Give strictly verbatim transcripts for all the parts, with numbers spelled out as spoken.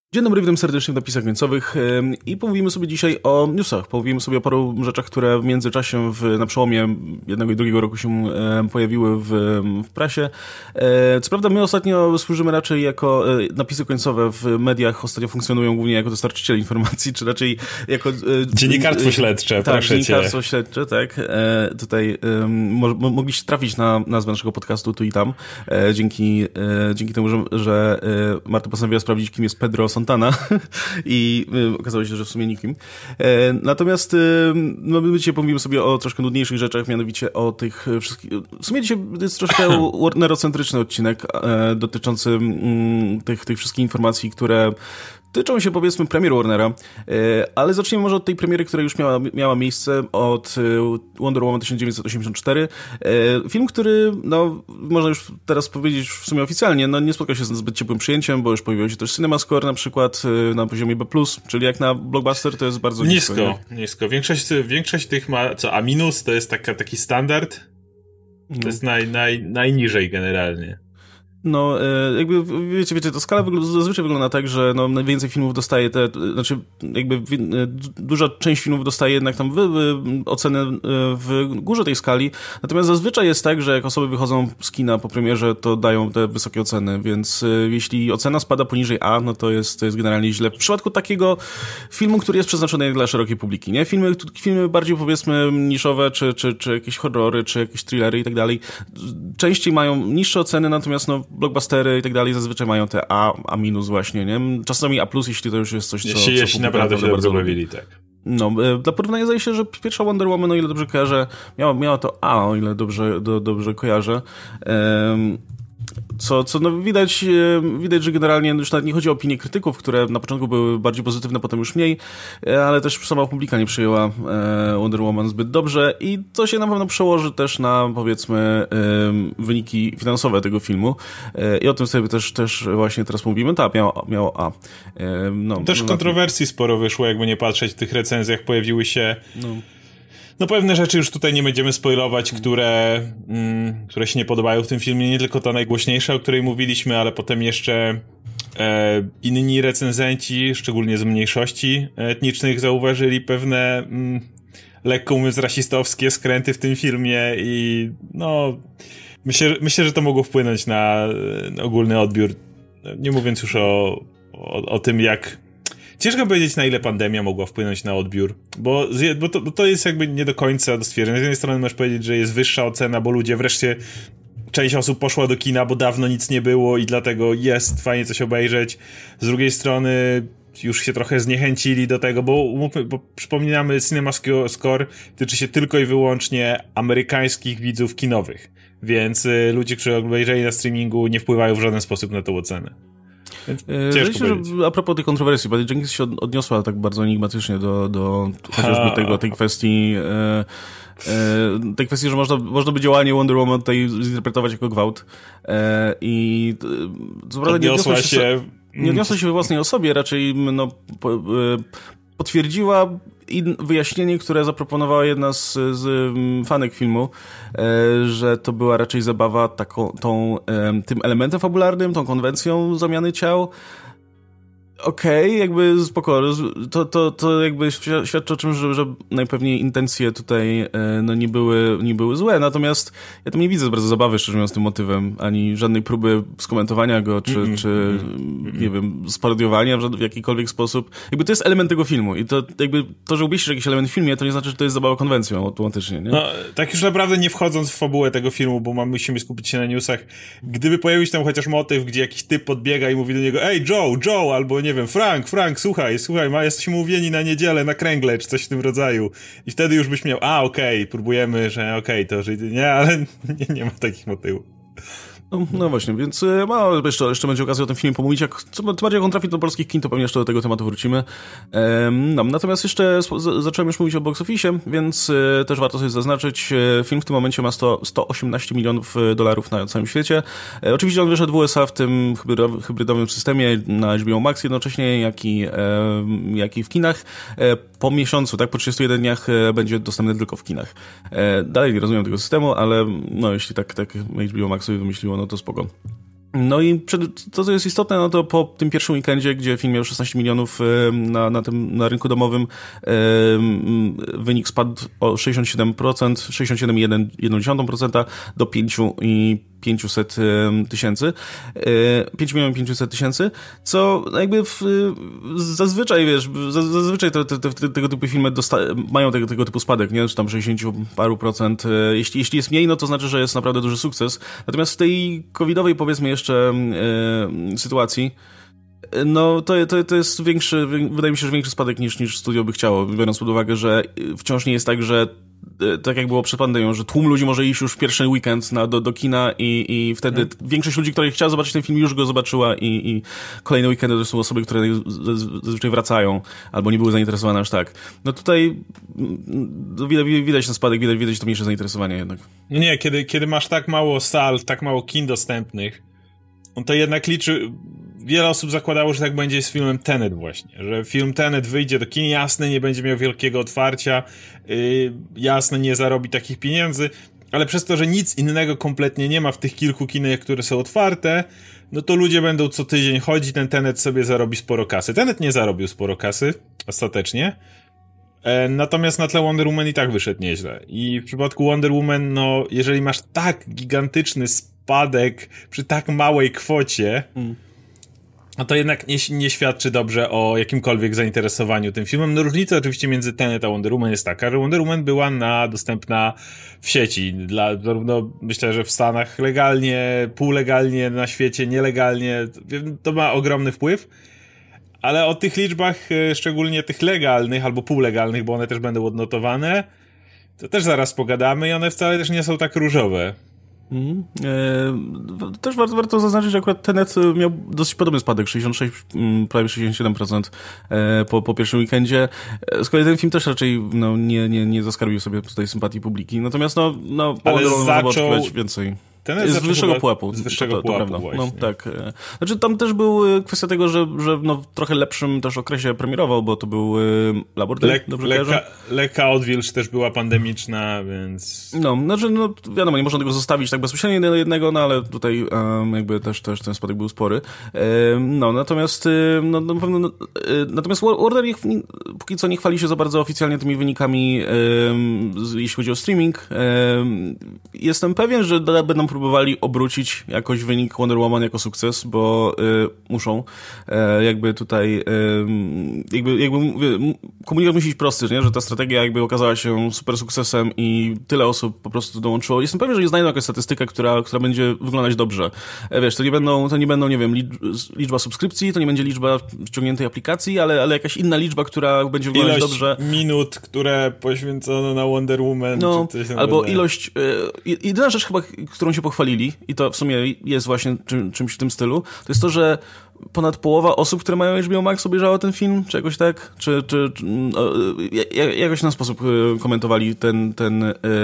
Dzień dobry, witam serdecznie w napisach końcowych i pomówimy sobie dzisiaj o newsach. Pomówimy sobie o paru rzeczach, które w międzyczasie w, na przełomie jednego i drugiego roku się pojawiły w, w prasie. Co prawda my ostatnio służymy raczej jako napisy końcowe w mediach, ostatnio funkcjonują głównie jako dostarczyciele informacji, czy raczej jako... Dziennikarstwo śledcze, tak, proszę cię. dziennikarstwo śledcze, tak. Tutaj mo, mogliście trafić na nazwę naszego podcastu tu i tam, dzięki, dzięki temu, że, że Marta postanowiła sprawdzić, kim jest Pedro Santana i y, okazało się, że w sumie nikim. E, natomiast y, no, my dzisiaj pomówimy sobie o troszkę nudniejszych rzeczach, mianowicie o tych wszystkich... W sumie dzisiaj jest troszkę warnerocentryczny odcinek e, dotyczący mm, tych, tych wszystkich informacji, które tyczą się, powiedzmy, premier Warnera, ale zaczniemy może od tej premiery, która już miała, miała miejsce, od Wonder Woman tysiąc dziewięćset osiemdziesiąt cztery. Film, który, no, można już teraz powiedzieć w sumie oficjalnie, no nie spotkał się z zbyt ciepłym przyjęciem, bo już pojawiło się też CinemaScore na przykład na poziomie B plus, czyli jak na blockbuster to jest bardzo nisko. Nisko, nie? nisko. Większość, większość tych ma, co, a minus to jest taka, taki standard, to no. jest naj, naj, najniżej generalnie. No, jakby, wiecie, wiecie, to skala wygl- zazwyczaj wygląda tak, że no, najwięcej filmów dostaje te, znaczy jakby duża część filmów dostaje jednak tam wy, wy, oceny w górze tej skali, natomiast zazwyczaj jest tak, że jak osoby wychodzą z kina po premierze, to dają te wysokie oceny, więc jeśli ocena spada poniżej A, no to jest, to jest generalnie źle. W przypadku takiego filmu, który jest przeznaczony dla szerokiej publiki, nie? Filmy, filmy bardziej, powiedzmy, niszowe, czy, czy, czy jakieś horrory, czy jakieś thrillery i tak dalej, częściej mają niższe oceny, natomiast no blockbustery i tak dalej zazwyczaj mają te A, A minus właśnie, nie? Czasami A plus, jeśli to już jest coś, co... Jeśli, co jeśli naprawdę się bardzo bawili, tak. No, dla porównania zdaje się, że pierwsza Wonder Woman, o ile dobrze kojarzę, miała, miała to A, o ile dobrze, do, dobrze kojarzę. Um, Co, co no widać, widać, że generalnie już nawet nie chodzi o opinie krytyków, które na początku były bardziej pozytywne, potem już mniej, ale też sama publika nie przyjęła Wonder Woman zbyt dobrze i to się na pewno przełoży też na, powiedzmy, wyniki finansowe tego filmu i o tym sobie też, też właśnie teraz mówimy. Tak, miało, miało A. No, też no, kontrowersji sporo wyszło, jakby nie patrzeć, w tych recenzjach pojawiły się... No. No pewne rzeczy już tutaj nie będziemy spoilować, które, mm, które się nie podobają w tym filmie. Nie tylko ta najgłośniejsza, o której mówiliśmy, ale potem jeszcze e, inni recenzenci, szczególnie z mniejszości etnicznych, zauważyli pewne mm, lekko mówiąc rasistowskie skręty w tym filmie i no myślę, myślę, że to mogło wpłynąć na, na ogólny odbiór. Nie mówiąc już o, o, o tym, jak... Ciężko powiedzieć, na ile pandemia mogła wpłynąć na odbiór, bo, bo, to, bo to jest jakby nie do końca do stwierdzenia. Z jednej strony możesz powiedzieć, że jest wyższa ocena, bo ludzie wreszcie, część osób poszła do kina, bo dawno nic nie było i dlatego jest fajnie coś obejrzeć. Z drugiej strony już się trochę zniechęcili do tego, bo, bo przypominamy, CinemaScore tyczy się tylko i wyłącznie amerykańskich widzów kinowych, więc y, ludzie, którzy obejrzeli na streamingu, nie wpływają w żaden sposób na tą ocenę. Zdaje się, że a propos tej kontrowersji, Patty Jenkins się odniosła tak bardzo enigmatycznie do, do chociażby tego, tej kwestii e, e, tej kwestii, że można, można by działanie Wonder Woman tutaj zinterpretować jako gwałt e, i co prawda nie odniosła się, się nie odniosła się we własnej osobie, raczej no, po, e, potwierdziła in, wyjaśnienie, które zaproponowała jedna z, z fanek filmu, e, że to była raczej zabawa taką, tą, e, tym elementem fabularnym, tą konwencją zamiany ciał. Okej, okay, jakby spoko, to, to, to jakby świadczy o czym, że, że najpewniej intencje tutaj no, nie, były, nie były złe, natomiast ja tam nie widzę bardzo zabawy, szczerze mówiąc, tym motywem, ani żadnej próby skomentowania go, czy, mm-hmm. czy mm-hmm. nie wiem, sparodiowania w, w jakikolwiek sposób. Jakby to jest element tego filmu i to jakby to, że ubieścisz jakiś element w filmie, to nie znaczy, że to jest zabawa konwencją automatycznie, nie? No, tak już naprawdę nie wchodząc w fabułę tego filmu, bo mamy, musimy skupić się na newsach, gdyby pojawił się tam chociaż motyw, gdzie jakiś typ podbiega i mówi do niego, ej Joe, Joe, albo nie wiem, Frank, Frank, słuchaj, słuchaj, ma, jesteśmy umówieni na niedzielę, na kręgle, czy coś w tym rodzaju. I wtedy już byś miał, a okej, okay, próbujemy, że okej, okay, to że nie, ale nie, nie ma takich motywów. No, no właśnie, więc no, jeszcze, jeszcze będzie okazja o tym filmie pomówić. Jak, co, tym bardziej jak on trafi do polskich kin, to pewnie jeszcze do tego tematu wrócimy. Ehm, no, natomiast jeszcze z, zacząłem już mówić o box office, więc e, też warto sobie zaznaczyć, e, film w tym momencie ma sto, sto osiemnaście milionów dolarów na całym świecie. E, oczywiście on wyszedł w U S A w tym hybrydowym, hybrydowym systemie na H B O Max jednocześnie, jak i, e, jak i w kinach. E, po miesiącu, tak, po trzydziestu jeden dniach e, będzie dostępny tylko w kinach. E, dalej nie rozumiem tego systemu, ale no, jeśli tak, tak H B O Max sobie wymyśliło, no to spoko. No i przed, to, co jest istotne, no to po tym pierwszym weekendzie, gdzie film miał szesnaście milionów na, na tym, na rynku domowym, wynik spadł o sześćdziesiąt siedem procent, sześćdziesiąt siedem przecinek jeden procent do pięciu i pięciuset tysięcy, pięć milionów pięćset tysięcy, co jakby w, zazwyczaj, wiesz, zazwyczaj te, te, te, tego typu filmy dosta- mają tego, tego typu spadek, nie? Czy tam sześćdziesiąt paru procent. Jeśli, jeśli jest mniej, no to znaczy, że jest naprawdę duży sukces. Natomiast w tej covidowej, powiedzmy jeszcze, e, sytuacji, no to, to, to jest większy, wydaje mi się, że większy spadek niż, niż studio by chciało, biorąc pod uwagę, że wciąż nie jest tak, że tak jak było przed pandemią, że tłum ludzi może iść już w pierwszy weekend na, do, do kina i, i wtedy hmm. większość ludzi, która chciała zobaczyć ten film, już go zobaczyła i, i kolejne weekendy to są osoby, które zazwyczaj wracają albo nie były zainteresowane aż tak. No tutaj widać, widać ten spadek, widać, widać to mniejsze zainteresowanie jednak. Nie, kiedy, kiedy masz tak mało sal, tak mało kin dostępnych, on to jednak liczy. Wiele osób zakładało, że tak będzie z filmem Tenet właśnie, że film Tenet wyjdzie do kin, jasne, nie będzie miał wielkiego otwarcia, yy, jasne, nie zarobi takich pieniędzy, ale przez to, że nic innego kompletnie nie ma w tych kilku kinach, które są otwarte, no to ludzie będą co tydzień chodzić, ten Tenet sobie zarobi sporo kasy. Tenet nie zarobił sporo kasy, ostatecznie, e, natomiast na tle Wonder Woman i tak wyszedł nieźle. I w przypadku Wonder Woman, no, jeżeli masz tak gigantyczny spadek przy tak małej kwocie, hmm. no to jednak nie, nie świadczy dobrze o jakimkolwiek zainteresowaniu tym filmem. No różnica oczywiście między Tenet a Wonder Woman jest taka, że Wonder Woman była na, dostępna w sieci. Dla, zarówno myślę, że w Stanach legalnie, półlegalnie, na świecie nielegalnie. To ma ogromny wpływ. Ale o tych liczbach, szczególnie tych legalnych albo półlegalnych, bo one też będą odnotowane, to też zaraz pogadamy i one wcale też nie są tak różowe. Mm. E, też warto, warto zaznaczyć, że akurat Tenet miał dosyć podobny spadek, sześćdziesiąt sześć, prawie sześćdziesiąt siedem procent e, po, po pierwszym weekendzie. Z kolei ten film też raczej no, nie, nie, nie zaskarbił sobie tutaj sympatii publiki. Natomiast no, no ale zaczął... więcej. Ten z wyższego pułapu. Z wyższego to, to, pułapu to właśnie. No, tak. Znaczy tam też był kwestia tego, że, że no, w trochę lepszym też okresie premierował, bo to był Labor Day, Lek, dobrze lekka, lekka odwilż też była pandemiczna, więc... No, znaczy, no wiadomo, nie można tego zostawić tak bezpośrednio do jednego, no ale tutaj um, jakby też, też ten spadek był spory. Um, no, natomiast um, no, na pewno, no, natomiast Warner nie, póki co nie chwali się za bardzo oficjalnie tymi wynikami, um, jeśli chodzi o streaming. Um, jestem pewien, że będą próbowali obrócić jakoś wynik Wonder Woman jako sukces, bo y, muszą. E, jakby tutaj y, jakby, jakby mówię, komunikat musi być prosty, nie? Że ta strategia jakby okazała się super sukcesem i tyle osób po prostu dołączyło. Jestem pewien, że nie znajdą jakąś statystykę, która, która będzie wyglądać dobrze. E, wiesz, to nie będą, to nie będą, nie wiem, liczba subskrypcji, to nie będzie liczba ściągniętej aplikacji, ale, ale jakaś inna liczba, która będzie wyglądać ilość dobrze. minut, które poświęcono na Wonder Woman, no, czy coś albo ilość, y, jedyna rzecz chyba, którą się pochwalili, i to w sumie jest właśnie czym, czymś w tym stylu, to jest to, że ponad połowa osób, które mają H B O Max, obejrzało ten film, czy jakoś tak, czy, czy, czy no, jakoś w ten sposób komentowali ten, ten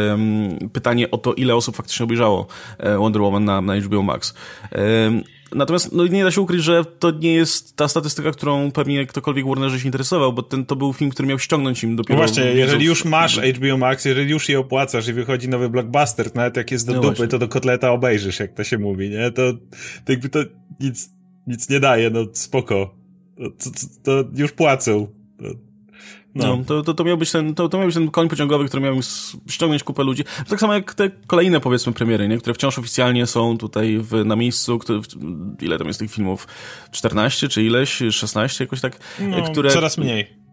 um, pytanie o to, ile osób faktycznie obejrzało Wonder Woman na, na H B O Max. Um, Natomiast no, nie da się ukryć, że to nie jest ta statystyka, którą pewnie ktokolwiek w Warnerze się interesował, bo ten, to był film, który miał ściągnąć im dopiero... No właśnie, jeżeli już masz H B O Max, jeżeli już je opłacasz i wychodzi nowy blockbuster, to nawet jak jest do no dupy, właśnie. To do kotleta obejrzysz, jak to się mówi, nie? To, to jakby to nic, nic nie daje, no spoko. To, to, to już płacą. To... No, no to, to, to, miał być ten, to, to miał być ten koń pociągowy, który miał ściągnąć kupę ludzi. Tak samo jak te kolejne, powiedzmy, premiery, nie? Które wciąż oficjalnie są tutaj w, na miejscu. Które, ile tam jest tych filmów? czternaście czy ileś? szesnaście jakoś tak? No, które, coraz mniej.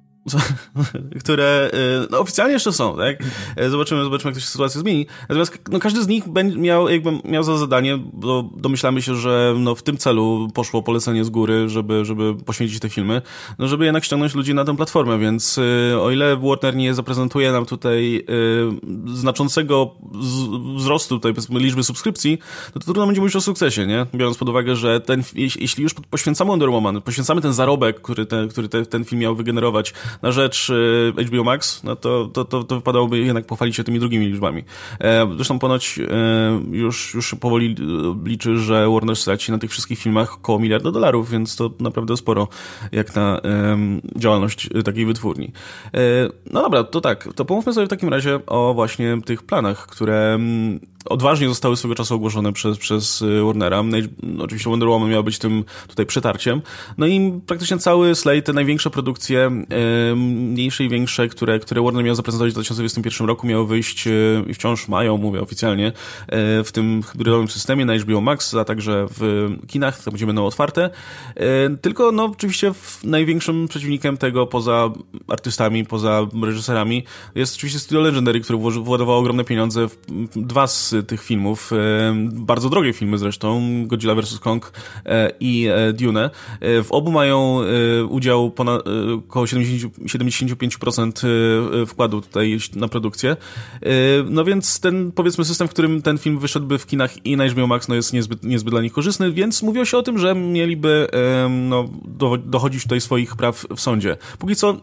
które no, oficjalnie jeszcze są, tak? Zobaczymy, zobaczymy, jak to się sytuacja zmieni. Natomiast no, każdy z nich będzie miał, jakby miał za zadanie, bo domyślamy się, że no, w tym celu poszło polecenie z góry, żeby, żeby poświęcić te filmy, no, żeby jednak ściągnąć ludzi na tę platformę, więc y, o ile Warner nie zaprezentuje nam tutaj y, znaczącego z, wzrostu tutaj, powiedzmy, liczby subskrypcji, to, to trudno będzie mówić o sukcesie, nie? Biorąc pod uwagę, że ten, jeśli już poświęcamy Wonder Woman, poświęcamy ten zarobek, który, te, który te, ten film miał wygenerować na rzecz H B O Max, no to, to, to, to wypadałoby jednak pochwalić się tymi drugimi liczbami. Zresztą ponoć już, już powoli liczy, że Warner straci na tych wszystkich filmach około miliarda dolarów, więc to naprawdę sporo jak na działalność takiej wytwórni. No dobra, to tak, to pomówmy sobie w takim razie o właśnie tych planach, które odważnie zostały swego czasu ogłoszone przez, przez Warnera. No, oczywiście Wonder Woman miała być tym tutaj przetarciem. No i praktycznie cały slate, te największe produkcje, e, mniejsze i większe, które, które Warner miał zaprezentować w dwa tysiące dwudziestym pierwszym roku, miały wyjść e, i wciąż mają, mówię oficjalnie, e, w tym hybrydowym systemie na H B O Max, a także w kinach, tam gdzie będą otwarte. E, tylko no oczywiście największym przeciwnikiem tego poza artystami, poza reżyserami jest oczywiście Studio Legendary, które władowało ogromne pieniądze w dwa z tych filmów, bardzo drogie filmy zresztą, Godzilla versus. Kong i Dune. W obu mają udział ponad około siedemdziesiąt pięć procent wkładu tutaj na produkcję. No więc ten, powiedzmy, system, w którym ten film wyszedłby w kinach i na H B O Max, no jest niezbyt, niezbyt dla nich korzystny, więc mówiło się o tym, że mieliby no, dochodzić tutaj swoich praw w sądzie. Póki co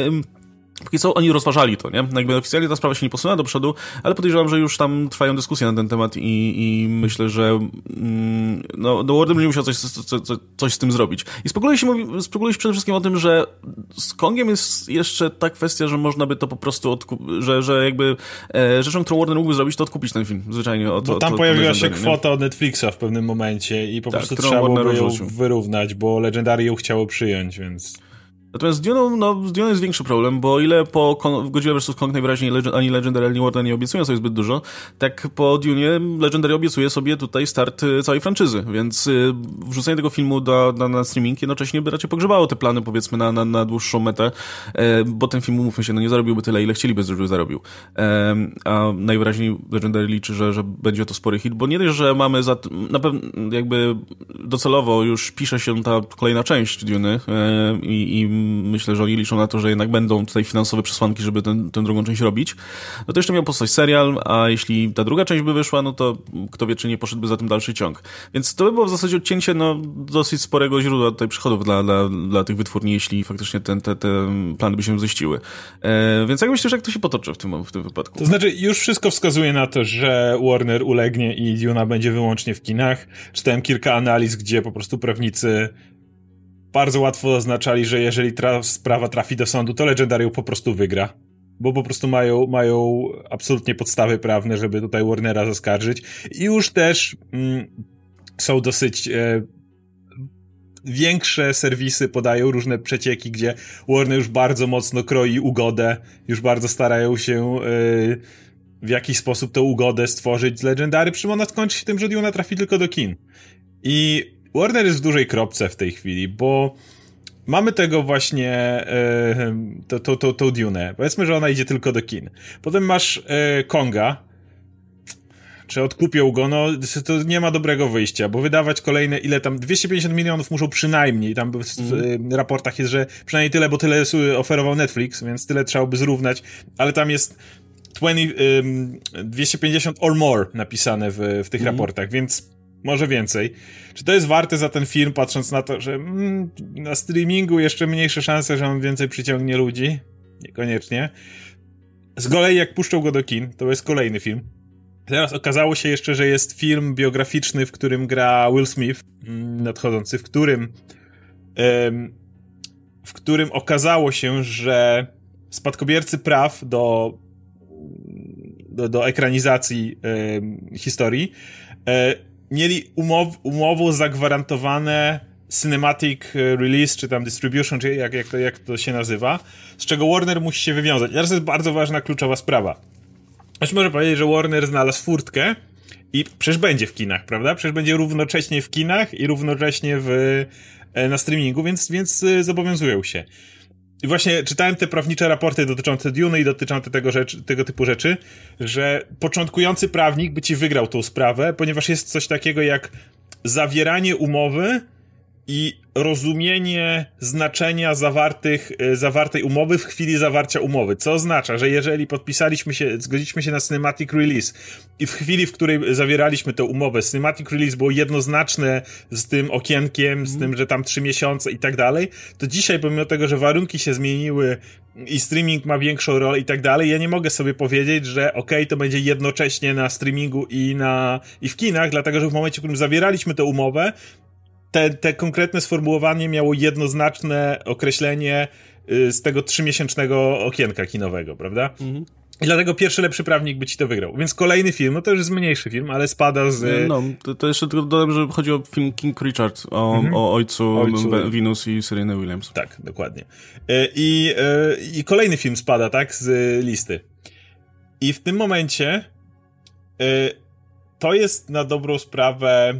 Póki co oni rozważali to, nie? Jakby oficjalnie ta sprawa się nie posunęła do przodu, ale podejrzewam, że już tam trwają dyskusje na ten temat i, i myślę, że mm, no, no Warner będzie musiał coś, coś, coś z tym zrobić. I spekuluje się, mówi, spekuluje się przede wszystkim o tym, że z Kongiem jest jeszcze ta kwestia, że można by to po prostu odkupić, że, że jakby e, rzeczą, którą Warner mógłby zrobić, to odkupić ten film, zwyczajnie. Od, Bo tam od, pojawiła od się kwota od Netflixa w pewnym momencie i po tak, prostu trzeba było ją wyrównać, bo Legendary ją chciało przyjąć, więc... Natomiast z Dune'ą, no, z Dune'ą jest większy problem, bo o ile po Kon- Godzilla versus. Kong najwyraźniej Legend- ani Legendary, ani Warner nie obiecują sobie zbyt dużo, tak po Dune'ie Legendary obiecuje sobie tutaj start y, całej franczyzy, więc y, wrzucenie tego filmu do, do, na streaming jednocześnie by raczej pogrzebało te plany, powiedzmy, na, na, na dłuższą metę, y, bo ten film, umówmy się, no nie zarobiłby tyle, ile chcieliby, żeby zarobił. Y, a najwyraźniej Legendary liczy, że, że będzie to spory hit, bo nie dość, że mamy za, na pewno jakby docelowo już pisze się ta kolejna część Dune'y y, i, i myślę, że oni liczą na to, że jednak będą tutaj finansowe przesłanki, żeby ten, tę drugą część robić. No to jeszcze miał powstać serial, a jeśli ta druga część by wyszła, no to kto wie, czy nie poszedłby za tym dalszy ciąg. Więc to by było w zasadzie odcięcie no, dosyć sporego źródła tutaj przychodów dla, dla, dla tych wytwórni, jeśli faktycznie ten, te, te plany by się ziściły. E, więc jak myślisz, jak to się potoczy w tym, w tym wypadku? To znaczy, już wszystko wskazuje na to, że Warner ulegnie i Duna będzie wyłącznie w kinach. Czytałem kilka analiz, gdzie po prostu prawnicy bardzo łatwo oznaczali, że jeżeli tra- sprawa trafi do sądu, to Legendary po prostu wygra. Bo po prostu mają, mają absolutnie podstawy prawne, żeby tutaj Warnera zaskarżyć. I już też mm, są dosyć... E, większe serwisy podają różne przecieki, gdzie Warner już bardzo mocno kroi ugodę, już bardzo starają się e, w jakiś sposób tę ugodę stworzyć z Legendary, przy czym ona skończy się tym, że Duna trafi tylko do kin. I Warner jest w dużej kropce w tej chwili, bo mamy tego właśnie e, to, to, to, to Dune. Powiedzmy, że ona idzie tylko do kin. Potem masz e, Konga. Czy odkupią go? No, to nie ma dobrego wyjścia, bo wydawać kolejne, ile tam, dwieście pięćdziesiąt milionów muszą przynajmniej, tam w, mm. w raportach jest, że przynajmniej tyle, bo tyle oferował Netflix, więc tyle trzeba by zrównać, ale tam jest dwieście pięćdziesiąt or more napisane w, w tych mm. raportach, więc może więcej. Czy to jest warte za ten film, patrząc na to, że mm, na streamingu jeszcze mniejsze szanse, że on więcej przyciągnie ludzi? Niekoniecznie. Z kolei jak puszczą go do kin, to jest kolejny film. Teraz okazało się jeszcze, że jest film biograficzny, w którym gra Will Smith, nadchodzący, w którym em, w którym okazało się, że spadkobiercy praw do do, do ekranizacji em, historii em, mieli umow, umową zagwarantowane cinematic release, czy tam distribution, czy jak, jak, to, jak to się nazywa, z czego Warner musi się wywiązać. I teraz jest bardzo ważna, kluczowa sprawa. Ktoś może powiedzieć, że Warner znalazł furtkę i przecież będzie w kinach, prawda? Przecież będzie równocześnie w kinach i równocześnie w, na streamingu, więc, więc zobowiązują się. I właśnie czytałem te prawnicze raporty dotyczące Duny i dotyczące tego, rzecz, tego typu rzeczy, że początkujący prawnik by ci wygrał tą sprawę, ponieważ jest coś takiego jak zawieranie umowy i rozumienie znaczenia zawartych, zawartej umowy w chwili zawarcia umowy. Co oznacza, że jeżeli podpisaliśmy się, zgodziliśmy się na cinematic release i w chwili, w której zawieraliśmy tę umowę, cinematic release było jednoznaczne z tym okienkiem, z tym, że tam trzy miesiące i tak dalej, to dzisiaj, pomimo tego, że warunki się zmieniły i streaming ma większą rolę i tak dalej, ja nie mogę sobie powiedzieć, że okej, okay, to będzie jednocześnie na streamingu i na i w kinach, dlatego, że w momencie, w którym zawieraliśmy tę umowę, Te, te konkretne sformułowanie miało jednoznaczne określenie y, z tego trzymiesięcznego okienka kinowego, prawda? Mhm. I dlatego pierwszy lepszy prawnik by ci to wygrał. Więc kolejny film, no to już jest mniejszy film, ale spada z... No, to, to jeszcze tylko dodam, że chodzi o film King Richard, o, mhm. o ojcu, ojcu Venus i Serena Williams. Tak, dokładnie. Y, I, y, I kolejny film spada, tak, z listy. I w tym momencie y, to jest na dobrą sprawę...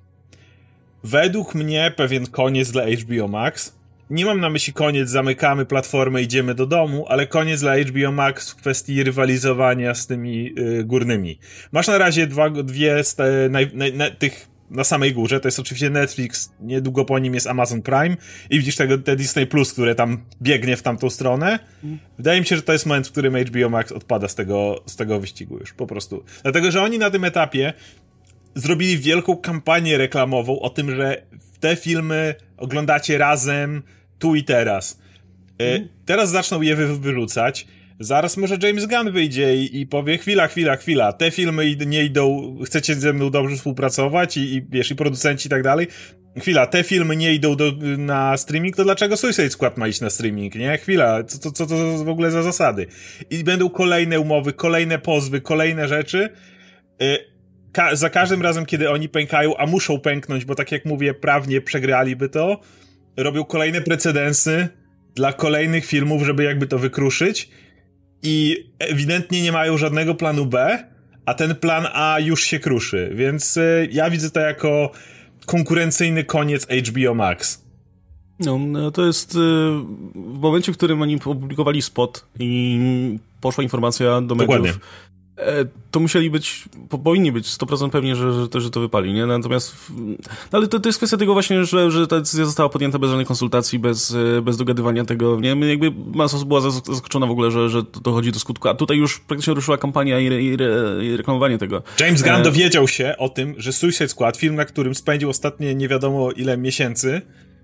Według mnie pewien koniec dla H B O Max. Nie mam na myśli koniec, zamykamy platformę, idziemy do domu, ale koniec dla H B O Max w kwestii rywalizowania z tymi y, górnymi. Masz na razie dwa, dwie z te, naj, naj, na, tych na samej górze, to jest oczywiście Netflix, niedługo po nim jest Amazon Prime i widzisz tego, te Disney Plus, które tam biegnie w tamtą stronę. Wydaje mi się, że to jest moment, w którym H B O Max odpada z tego, z tego wyścigu już, po prostu. Dlatego, że oni na tym etapie zrobili wielką kampanię reklamową o tym, że te filmy oglądacie razem, tu i teraz. Mm. Teraz zaczną je wy- wyrzucać. Zaraz może James Gunn wyjdzie i, i powie chwila, chwila, chwila, te filmy nie idą, chcecie ze mną dobrze współpracować i, i wiesz, i producenci i tak dalej. Chwila, te filmy nie idą do, na streaming, to dlaczego Suicide Squad ma iść na streaming, nie? Chwila, co, co, co to w ogóle za zasady? I będą kolejne umowy, kolejne pozwy, kolejne rzeczy. Y- Ka- za każdym razem, kiedy oni pękają, a muszą pęknąć, bo tak jak mówię, prawnie przegraliby to, robią kolejne precedensy dla kolejnych filmów, żeby jakby to wykruszyć i ewidentnie nie mają żadnego planu B, a ten plan A już się kruszy, więc y, ja widzę to jako konkurencyjny koniec H B O Max. No, no to jest y, w momencie, w którym oni opublikowali spot i poszła informacja do mediów. Dokładnie. To musieli być, powinni być sto procent pewnie, że, że, to, że to wypali, nie? Natomiast, no ale to, to jest kwestia tego właśnie, że, że ta decyzja została podjęta bez żadnej konsultacji, bez, bez dogadywania tego, nie? Jakby masa osób była zaskoczona w ogóle, że, że to dochodzi do skutku, a tutaj już praktycznie ruszyła kampania i, i, i reklamowanie tego. James Gunn e... dowiedział się o tym, że Suicide Squad, film, na którym spędził ostatnie nie wiadomo ile miesięcy,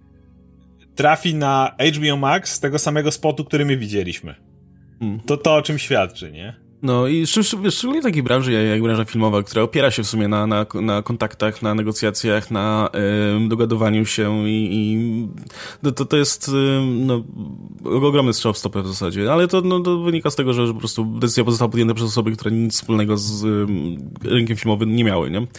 trafi na H B O Max z tego samego spotu, który my widzieliśmy. Hmm. To to o czym świadczy, nie? No i szczególnie w takiej branży jak branża filmowa, która opiera się w sumie na, na, na kontaktach, na negocjacjach, na y, dogadywaniu się i, i to, to jest y, no, ogromny strzał w stopę w zasadzie, ale to, no, to wynika z tego, że, że po prostu decyzja została podjęta przez osoby, które nic wspólnego z y, rynkiem filmowym nie miały, nie? Y,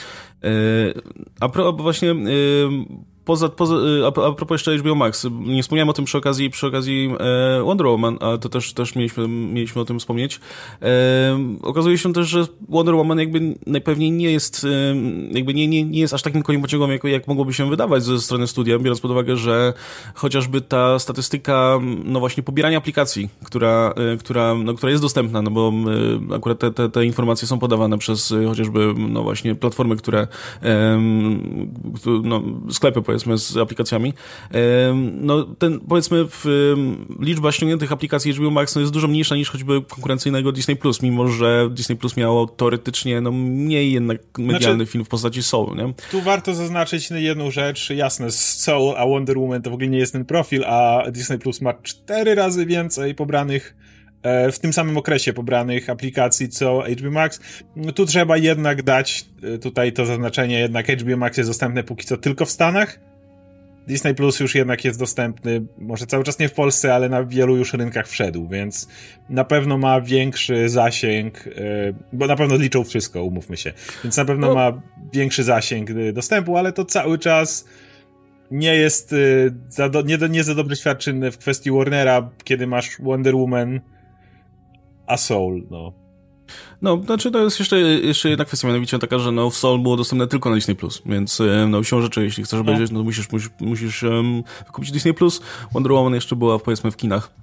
a pro, właśnie y, Poza, poza, a, a propos jeszcze H B O Max, nie wspomniałem o tym przy okazji, przy okazji e, Wonder Woman, ale to też, też mieliśmy, mieliśmy o tym wspomnieć. E, okazuje się też, że Wonder Woman jakby najpewniej nie jest, e, jakby nie, nie, nie jest aż takim koniem pociągiem, jak, jak mogłoby się wydawać ze strony studia, biorąc pod uwagę, że chociażby ta statystyka, no właśnie pobierania aplikacji, która, e, która, no, która jest dostępna, no bo e, akurat te, te, te informacje są podawane przez e, chociażby, no właśnie platformy, które, e, no, sklepy powiedzmy, z aplikacjami. No ten, powiedzmy, w, liczba ściągniętych aplikacji H B O Max no, jest dużo mniejsza niż choćby konkurencyjnego Disney Plus, mimo że Disney Plus miało teoretycznie no, mniej jednak medialny znaczy, film w postaci Soul, nie? Tu warto zaznaczyć jedną rzecz, jasne, Soul a Wonder Woman to w ogóle nie jest ten profil, a Disney Plus ma cztery razy więcej pobranych w tym samym okresie pobranych aplikacji co H B O Max. No tu trzeba jednak dać tutaj to zaznaczenie, jednak H B O Max jest dostępne póki co tylko w Stanach. Disney Plus już jednak jest dostępny, może cały czas nie w Polsce, ale na wielu już rynkach wszedł, więc na pewno ma większy zasięg, bo na pewno liczą wszystko, umówmy się, więc na pewno no. ma większy zasięg dostępu, ale to cały czas nie jest za do, nie, nie za dobrze świadczy w kwestii Warnera, kiedy masz Wonder Woman a Soul, no. No, znaczy to jest jeszcze, jeszcze jedna kwestia, mianowicie taka, że no, Soul było dostępne tylko na Disney Plus, więc no siłą rzeczy, jeśli chcesz obejrzeć, no, no musisz, musisz, musisz um, kupić Disney Plus. Wonder Woman jeszcze była, powiedzmy, w kinach.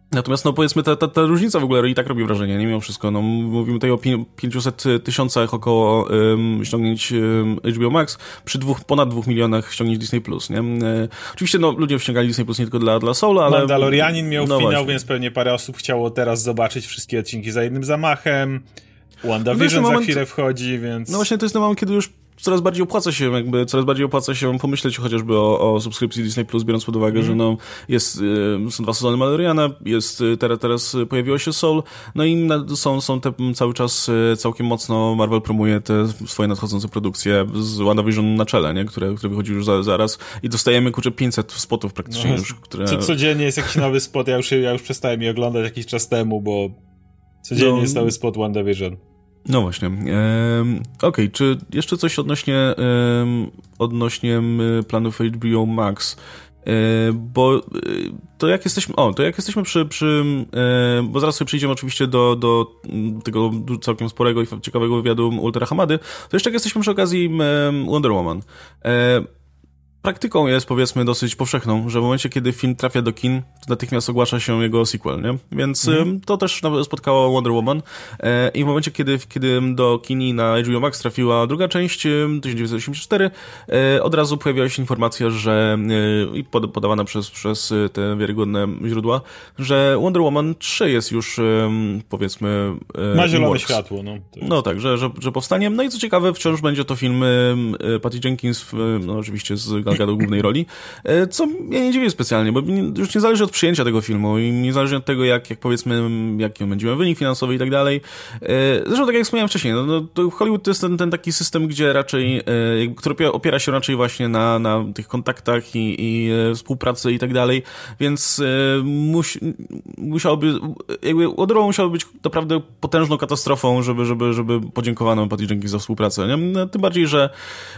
Natomiast, no powiedzmy, ta, ta, ta różnica w ogóle i tak robi wrażenie, nie mimo wszystko. No, mówimy tutaj o pięciuset tysiącach około um, ściągnięć um, H B O Max, przy dwóch, ponad dwóch milionach ściągnięć Disney Plus, nie? E, oczywiście, no, ludzie wściągali Disney Plus nie tylko dla, dla Soula, ale... Mandalorianin miał no finał, właśnie. Więc pewnie parę osób chciało teraz zobaczyć wszystkie odcinki za jednym zamachem. WandaVision no za moment, chwilę wchodzi, więc... No właśnie, to jest ten moment, kiedy już coraz bardziej opłaca się, jakby coraz bardziej opłaca się pomyśleć chociażby o, o subskrypcji Disney Plus, biorąc pod uwagę, mm. że no jest, są dwa sezony Mandaloriana, jest, teraz, teraz pojawiło się Soul, no i są, są te cały czas całkiem mocno Marvel promuje te swoje nadchodzące produkcje z WandaVision na czele, nie? Które, które wychodzi już za, zaraz i dostajemy kurczę pięćset spotów praktycznie no, już, które... Co, codziennie jest jakiś nowy spot, ja już, ja już przestałem je oglądać jakiś czas temu, bo codziennie no. jest nowy spot WandaVision. No właśnie. Ehm, Okej, okay. Czy jeszcze coś odnośnie um, odnośnie planów H B O Max? E, bo e, to jak jesteśmy, o, to jak jesteśmy przy, przy e, bo zaraz sobie przyjdziemy oczywiście do, do tego całkiem sporego i ciekawego wywiadu Ultra Hamady, to jeszcze jak jesteśmy przy okazji e, Wonder Woman. E, Praktyką jest, powiedzmy, dosyć powszechną, że w momencie, kiedy film trafia do kin, to natychmiast ogłasza się jego sequel, nie? Więc mm. to też spotkało Wonder Woman e, i w momencie, kiedy, kiedy do kini na H B O Max trafiła druga część, tysiąc dziewięćset osiemdziesiąt cztery, e, od razu pojawiła się informacja, że e, i pod, podawana przez, przez te wiarygodne źródła, że Wonder Woman trzy jest już, e, powiedzmy... E, Ma zielone światło, no. No tak, że, że, że powstanie. No i co ciekawe, wciąż będzie to film e, Patty Jenkins, e, no oczywiście z do głównej roli, co mnie nie dziwi specjalnie, bo już nie zależy od przyjęcia tego filmu i nie zależy od tego, jak, jak powiedzmy, jaki on będzie miał wynik finansowy i tak dalej. Zresztą tak jak wspomniałem wcześniej, no, no, to Hollywood to jest ten, ten taki system, gdzie raczej, który opiera się raczej właśnie na, na tych kontaktach i, i współpracy i tak dalej, więc musi, musiałoby, jakby Wonder Woman musiało być naprawdę potężną katastrofą, żeby, żeby, żeby podziękowano Patty Jenkins za współpracę. Nie? No, tym bardziej, że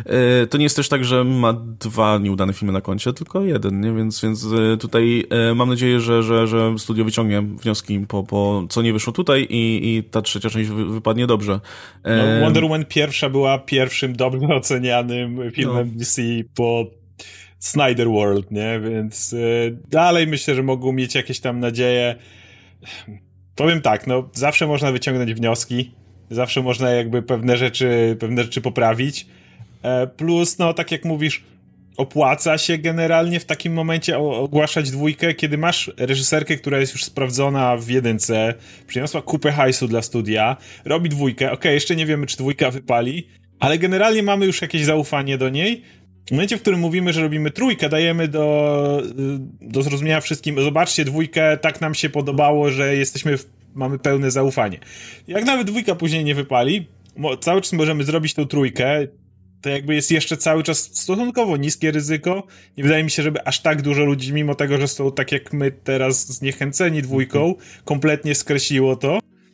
to nie jest też tak, że ma dwa nieudane filmy na koncie, tylko jeden, nie? Więc, więc tutaj e, mam nadzieję, że, że, że studio wyciągnie wnioski po, po co nie wyszło tutaj i, i ta trzecia część wy, wypadnie dobrze. E... No, Wonder Woman pierwsza była pierwszym dobrze ocenianym filmem no. D C po Snyder World, nie? Więc e, dalej myślę, że mogą mieć jakieś tam nadzieje. Powiem tak, no zawsze można wyciągnąć wnioski, zawsze można jakby pewne rzeczy, pewne rzeczy poprawić. E, plus, no tak jak mówisz, opłaca się generalnie w takim momencie ogłaszać dwójkę, kiedy masz reżyserkę, która jest już sprawdzona w jedynce, przyniosła kupę hajsu dla studia, robi dwójkę, okej, okay, jeszcze nie wiemy, czy dwójka wypali, ale generalnie mamy już jakieś zaufanie do niej. W momencie, w którym mówimy, że robimy trójkę, dajemy do, do zrozumienia wszystkim, zobaczcie dwójkę, tak nam się podobało, że jesteśmy w, mamy pełne zaufanie. Jak nawet dwójka później nie wypali, cały czas możemy zrobić tą trójkę, to jakby jest jeszcze cały czas stosunkowo niskie ryzyko. Nie wydaje mi się, żeby aż tak dużo ludzi, mimo tego, że są tak jak my teraz zniechęceni dwójką, kompletnie skreśliło to.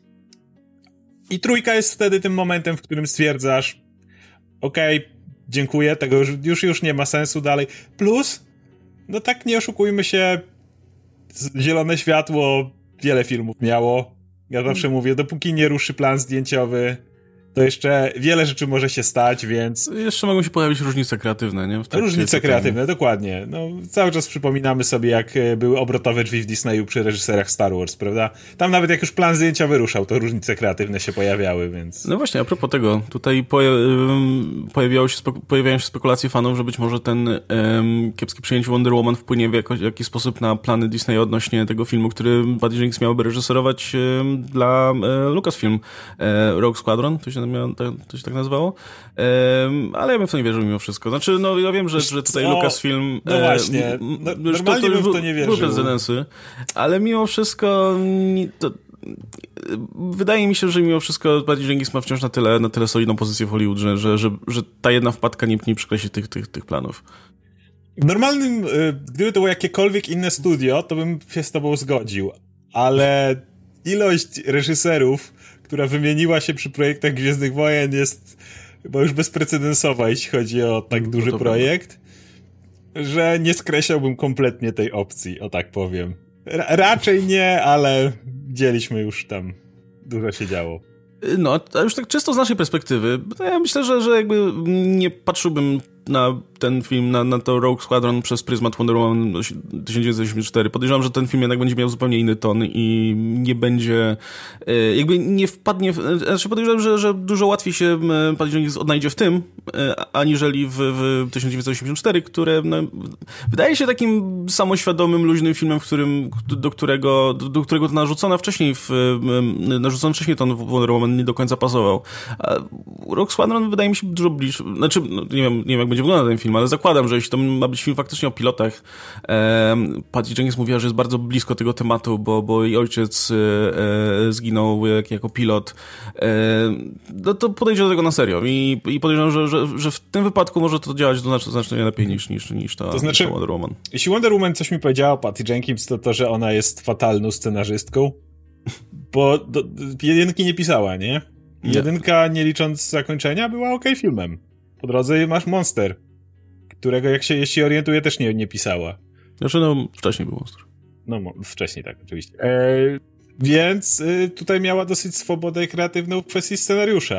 I trójka jest wtedy tym momentem, w którym stwierdzasz okej, okay, dziękuję, tego już, już, już nie ma sensu dalej. Plus, no tak nie oszukujmy się, zielone światło wiele filmów miało. Ja zawsze mówię, dopóki nie ruszy plan zdjęciowy, to jeszcze wiele rzeczy może się stać, więc... Jeszcze mogą się pojawić różnice kreatywne, nie? W różnice kreatywne, dokładnie. No, cały czas przypominamy sobie, jak były obrotowe drzwi w Disneyu przy reżyserach Star Wars, prawda? Tam nawet jak już plan zdjęciowy ruszał, to różnice kreatywne się pojawiały, więc... No właśnie, a propos tego, tutaj poja- pojawiało się spe- pojawiają się spekulacje fanów, że być może ten um, kiepskie przyjęcie Wonder Woman wpłynie w jakoś, jakiś sposób na plany Disneya odnośnie tego filmu, który Patty Jenkins miałby reżyserować um, dla um, Lucasfilm. Um, Rogue Squadron, to się Miał, to się tak nazywało, um, ale ja bym w to nie wierzył mimo wszystko. Znaczy, no ja wiem, że, że tutaj no, Lucasfilm... No właśnie, no, normalnie to, to bym w to nie wierzył. Były precedensy, ale mimo wszystko to, wydaje mi się, że mimo wszystko Patty Jenkins ma wciąż na tyle, na tyle solidną pozycję w Hollywood, że, że, że, że ta jedna wpadka nie, nie przykreśli tych, tych, tych planów. W normalnym, gdyby to było jakiekolwiek inne studio, to bym się z tobą zgodził, ale ilość reżyserów, która wymieniła się przy projektach Gwiezdnych Wojen, jest chyba już bezprecedensowa, jeśli chodzi o tak no, duży projekt, prawda. Że nie skreślałbym kompletnie tej opcji, o tak powiem. Ra- raczej nie, ale widzieliśmy już tam, dużo się działo. No, a już tak czysto z naszej perspektywy, to ja myślę, że, że jakby nie patrzyłbym na ten film, na, na to Rogue Squadron przez pryzmat Wonder Woman tysiąc dziewięćset osiemdziesiąt cztery. Podejrzewam, że ten film jednak będzie miał zupełnie inny ton i nie będzie, jakby nie wpadnie, w, znaczy podejrzewam, że, że dużo łatwiej się Patty Jenkins odnajdzie w tym, aniżeli w, w tysiąc dziewięćset osiemdziesiąt cztery, które no, wydaje się takim samoświadomym, luźnym filmem, w którym, do którego, do, do którego to narzucona wcześniej w, narzucony wcześniej ton Wonder Woman nie do końca pasował. A Rogue Squadron wydaje mi się dużo bliższy, znaczy no, nie wiem, nie wiem jak będzie wyglądał ten film, ale zakładam, że jeśli to ma być film faktycznie o pilotach, e, Patty Jenkins mówiła, że jest bardzo blisko tego tematu, bo, bo jej ojciec e, zginął jak, jako pilot, e, no to podejdzie do tego na serio i, i podejrzewam, że, że, że w tym wypadku może to działać znacznie, znacznie lepiej niż, niż, niż ta, to znaczy, ta Wonder Woman. Jeśli Wonder Woman coś mi powiedziała o Patty Jenkins, to to, że ona jest fatalną scenarzystką, bo do, jedynki nie pisała, nie? Nie. Jedynka, nie licząc zakończenia, była okej okay filmem. Po drodze masz Monster, którego, jak się jeśli orientuję, też nie, nie pisała. Znaczy, no, wcześniej był Monster. No, wcześniej, tak, oczywiście. E, więc y, tutaj miała dosyć swobodę kreatywną w kwestii scenariusza.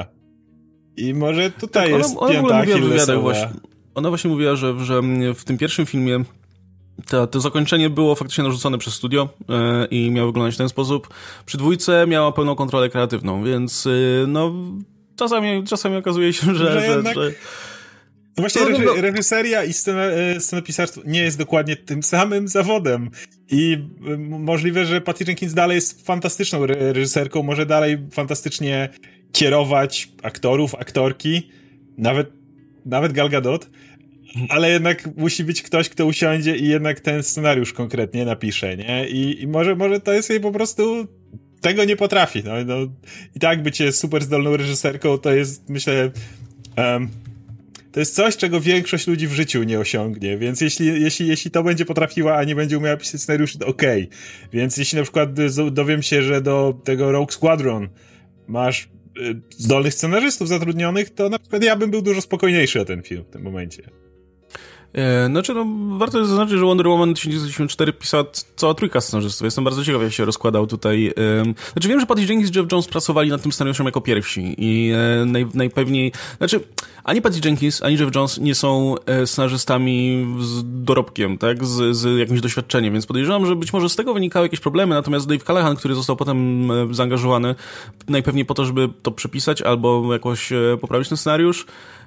I może tutaj tak, jest ona, pięta ona achillesowa. Właśnie, ona właśnie mówiła, że, że w tym pierwszym filmie to, to zakończenie było faktycznie narzucone przez studio yy, i miało wyglądać w ten sposób. Przy dwójce miała pełną kontrolę kreatywną, więc yy, no czasami, czasami okazuje się, że... że, że, jednak... że... No właśnie no, no, reżyseria i scena, scenopisarstwo nie jest dokładnie tym samym zawodem i możliwe, że Patty Jenkins dalej jest fantastyczną reżyserką, może dalej fantastycznie kierować aktorów, aktorki, nawet, nawet Gal Gadot, ale jednak musi być ktoś, kto usiądzie i jednak ten scenariusz konkretnie napisze, nie? I, i może, może to jest jej po prostu... Tego nie potrafi, no, no. I tak bycie super zdolną reżyserką to jest, myślę... Um, To jest coś, czego większość ludzi w życiu nie osiągnie, więc jeśli, jeśli, jeśli to będzie potrafiła, a nie będzie umiała pisać scenariuszy, to okej. Okay. Więc jeśli na przykład dowiem się, że do tego Rogue Squadron masz y, zdolnych scenarzystów zatrudnionych, to na przykład ja bym był dużo spokojniejszy o ten film w tym momencie. E, znaczy, no, warto zaznaczyć, że Wonder Woman tysiąc dziewięćset osiemdziesiąt cztery pisała cała trójka scenarzystów. Jestem bardzo ciekaw, jak się rozkładał tutaj. E, znaczy, wiem, że Patty Jenkins i Geoff Johns pracowali nad tym scenariuszem jako pierwsi i e, naj, najpewniej... Znaczy, ani Patty Jenkins, ani Geoff Johns nie są e, scenarzystami z dorobkiem, tak? Z, z jakimś doświadczeniem, więc podejrzewam, że być może z tego wynikały jakieś problemy, natomiast Dave Callaghan, który został potem e, zaangażowany najpewniej po to, żeby to przepisać albo jakoś e, poprawić ten scenariusz,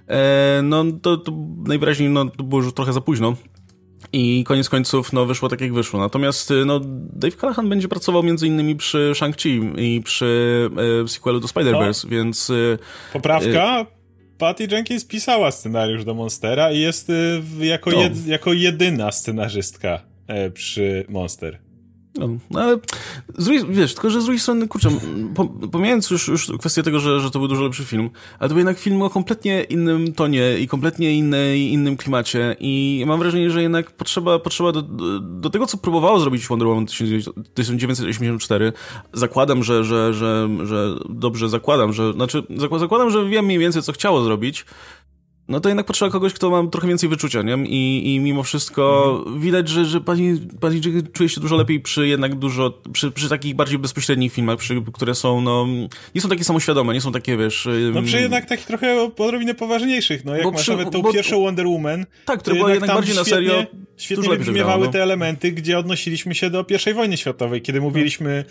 no to, to najwyraźniej no, to było już trochę za późno i koniec końców no, wyszło tak jak wyszło. Natomiast no, Dave Callaghan będzie pracował między innymi przy Shang-Chi i przy e, sequelu do Spider-Verse, no. Więc... E, Poprawka? E, Patty Jenkins pisała scenariusz do Monstera i jest e, jako, jed, jako jedyna scenarzystka e, przy Monster. No, no ale z drugiej, wiesz, tylko że z drugiej strony, kurczę, pomijając już, już kwestię tego, że, że to był dużo lepszy film, ale to był jednak film o kompletnie innym tonie i kompletnie innej, innym klimacie i mam wrażenie, że jednak potrzeba, potrzeba do, do tego, co próbowało zrobić Wonder Woman tysiąc dziewięćset osiemdziesiąt cztery, zakładam, że, że, że, że dobrze zakładam, że, znaczy zakładam, że wiem mniej więcej, co chciało zrobić, no to jednak potrzeba kogoś, kto ma trochę więcej wyczucia, nie? I, i mimo wszystko mhm. widać, że, że pani, pani czuje się dużo lepiej przy jednak dużo, przy, przy takich bardziej bezpośrednich filmach, przy, które są, no, nie są takie samoświadome, nie są takie, wiesz... No przy jednak takich trochę odrobinę poważniejszych, no jak masz przy, nawet tą bo, pierwszą Wonder Woman... Tak, które była jednak bardziej świetnie, na serio... Świetnie wybrzmiewały no. te elementy, gdzie odnosiliśmy się do pierwszej wojny światowej, kiedy mówiliśmy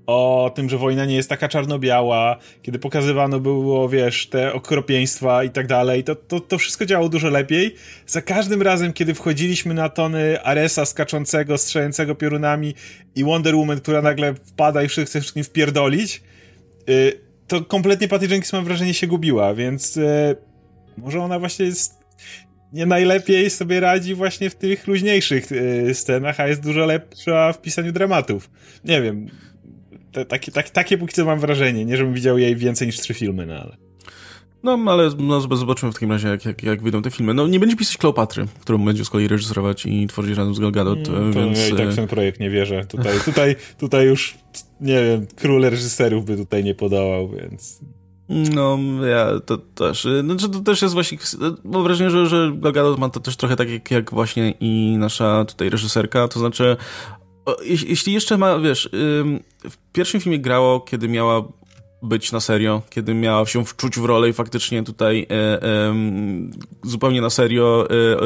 o tym, że wojna nie jest taka czarno-biała, kiedy pokazywano było, wiesz, te okropieństwa i tak dalej, to, to, to wszystko działało dużo lepiej. Za każdym razem, kiedy wchodziliśmy na tony Aresa skaczącego, strzelającego piorunami i Wonder Woman, która nagle wpada i chce wszystkim wpierdolić, yy, to kompletnie Patty Jenkins, mam wrażenie, się gubiła, więc yy, może ona właśnie jest nie najlepiej sobie radzi właśnie w tych luźniejszych yy, scenach, a jest dużo lepsza w pisaniu dramatów. Nie wiem, te, takie, tak, takie póki co mam wrażenie, nie żebym widział jej więcej niż trzy filmy, no ale... No, ale no, zobaczymy w takim razie, jak, jak, jak wyjdą te filmy. No, nie będzie pisać Kleopatry, którą będzie z kolei reżyserować i tworzyć razem z Gal Gadot, mm, to więc... Ja i tak w ten projekt nie wierzę. Tutaj, tutaj, tutaj już, nie wiem, król reżyserów by tutaj nie podołał, więc... No, ja to też... Znaczy, to też jest właśnie... Mam wrażenie, że, że Gal Gadot ma to też trochę tak jak, jak właśnie i nasza tutaj reżyserka, to znaczy... Jeśli jeszcze ma, wiesz, w pierwszym filmie grało, kiedy miała być na serio, kiedy miała się wczuć w rolę i faktycznie tutaj e, e, zupełnie na serio e,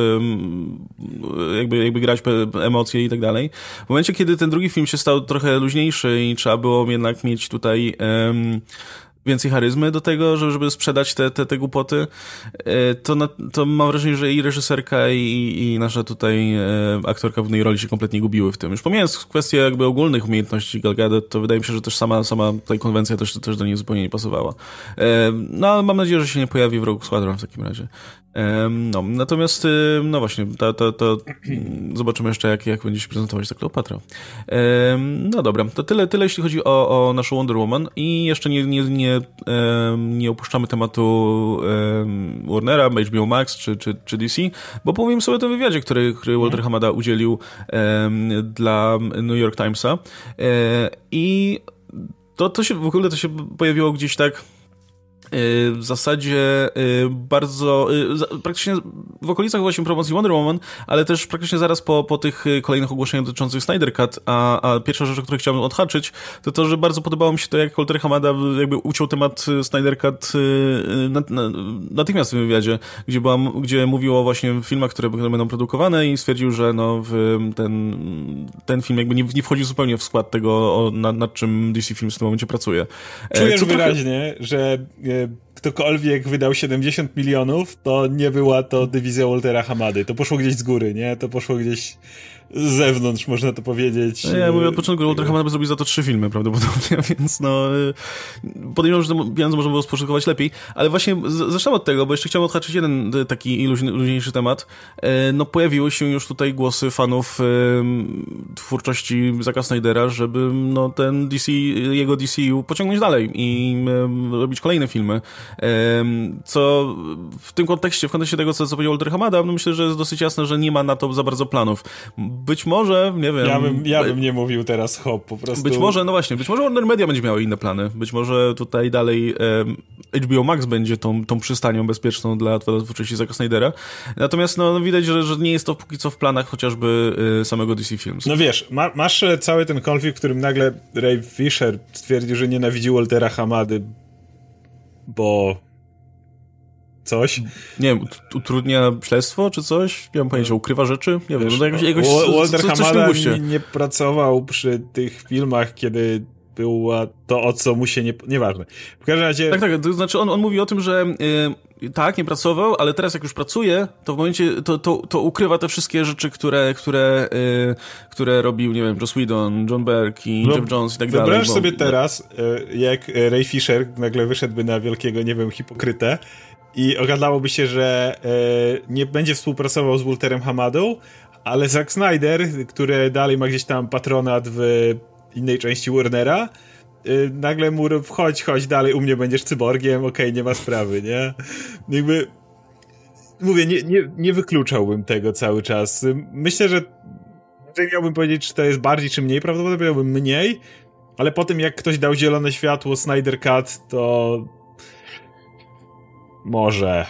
e, jakby, jakby grać emocje i tak dalej. W momencie, kiedy ten drugi film się stał trochę luźniejszy i trzeba było jednak mieć tutaj e, więcej charyzmy do tego, żeby sprzedać te, te, te głupoty, to, na, to mam wrażenie, że i reżyserka, i, i nasza tutaj aktorka w głównej roli się kompletnie gubiły w tym. Już pomijając kwestię jakby ogólnych umiejętności Gal Gadot, to wydaje mi się, że też sama, sama tutaj konwencja też, też do niej zupełnie nie pasowała. No, ale mam nadzieję, że się nie pojawi w Rogue Squadron w takim razie. No, natomiast, no właśnie, to, to, to zobaczymy jeszcze, jak, jak będzie się prezentować ta Kleopatra. No dobra, to tyle, tyle jeśli chodzi o, o naszą Wonder Woman i jeszcze nie, nie, nie, nie opuszczamy tematu Warnera, H B O Max czy, czy, czy D C, bo powiem sobie o tym wywiadzie, który, który Walter Hamada udzielił dla New York Timesa i to, to się w ogóle to się pojawiło gdzieś tak w zasadzie bardzo praktycznie w okolicach właśnie promocji Wonder Woman, ale też praktycznie zaraz po, po tych kolejnych ogłoszeniach dotyczących Snyder Cut, a, a pierwsza rzecz, o której chciałbym odhaczyć, to to, że bardzo podobało mi się to, jak Walter Hamada jakby uciął temat Snyder Cut natychmiast w tym wywiadzie, gdzie, była, gdzie mówił o właśnie filmach, które będą produkowane i stwierdził, że no w ten, ten film jakby nie, nie wchodzi zupełnie w skład tego, o, nad, nad czym D C Films w tym momencie pracuje. Czujesz wyraźnie, trochę... że ktokolwiek wydał siedemdziesiąt milionów, to nie była to dywizja Waltera Hamady. To poszło gdzieś z góry, nie? To poszło gdzieś z zewnątrz, można to powiedzieć. No ja mówię od początku, że Walter Hamada by zrobił za to trzy filmy prawdopodobnie, więc no podejrzewam, że te pieniądze można było spożytkować lepiej, ale właśnie zacznę od tego, bo jeszcze chciałem odhaczyć jeden taki luźniejszy temat. No pojawiły się już tutaj głosy fanów twórczości Zacka Snydera, żeby no ten D C, jego D C U pociągnąć dalej i robić kolejne filmy. Co w tym kontekście, w kontekście tego, co, co powiedział Walter Hamada, no myślę, że jest dosyć jasne, że nie ma na to za bardzo planów. Być może, nie wiem... Ja bym, ja bym nie mówił teraz hop, po prostu... Być może, no właśnie, być może Warner Media będzie miało inne plany. Być może tutaj dalej um, H B O Max będzie tą, tą przystanią bezpieczną dla twórczości Zacka Snydera. Natomiast no, widać, że, że nie jest to póki co w planach chociażby y, samego D C Films. No wiesz, ma, masz cały ten konflikt, w którym nagle Ray Fisher stwierdził, że nienawidzi Waltera Hamady, bo... coś. Nie wiem, utrudnia śledztwo czy coś? Nie mam pojęcia, ukrywa rzeczy? Nie wiem, no jakoś, jakoś Walter co, co, Hamada nie, nie pracował przy tych filmach, kiedy było to, o co mu się nie... Nieważne. W każdym razie... Tak, tak, to znaczy on, on mówi o tym, że yy, tak, nie pracował, ale teraz jak już pracuje, to w momencie, to, to, to ukrywa te wszystkie rzeczy, które, które, yy, które robił, nie wiem, Joss Whedon, John Berg i no, Jeff Jones i tak dalej. Wyobraź bo... sobie teraz, jak Ray Fisher nagle wyszedłby na wielkiego, nie wiem, hipokrytę i ogadałoby się, że e, nie będzie współpracował z Walterem Hamadą, ale Zack Snyder, który dalej ma gdzieś tam patronat w innej części Warnera, e, nagle mu wchodź, chodź dalej, u mnie będziesz cyborgiem, okej, okay, nie ma sprawy, nie? Jakby, mówię, nie, nie, nie wykluczałbym tego cały czas. Myślę, że jeżeli miałbym powiedzieć, czy to jest bardziej, czy mniej, prawdopodobnie powiedziałbym mniej, ale po tym, jak ktoś dał zielone światło Snyder Cut, to może.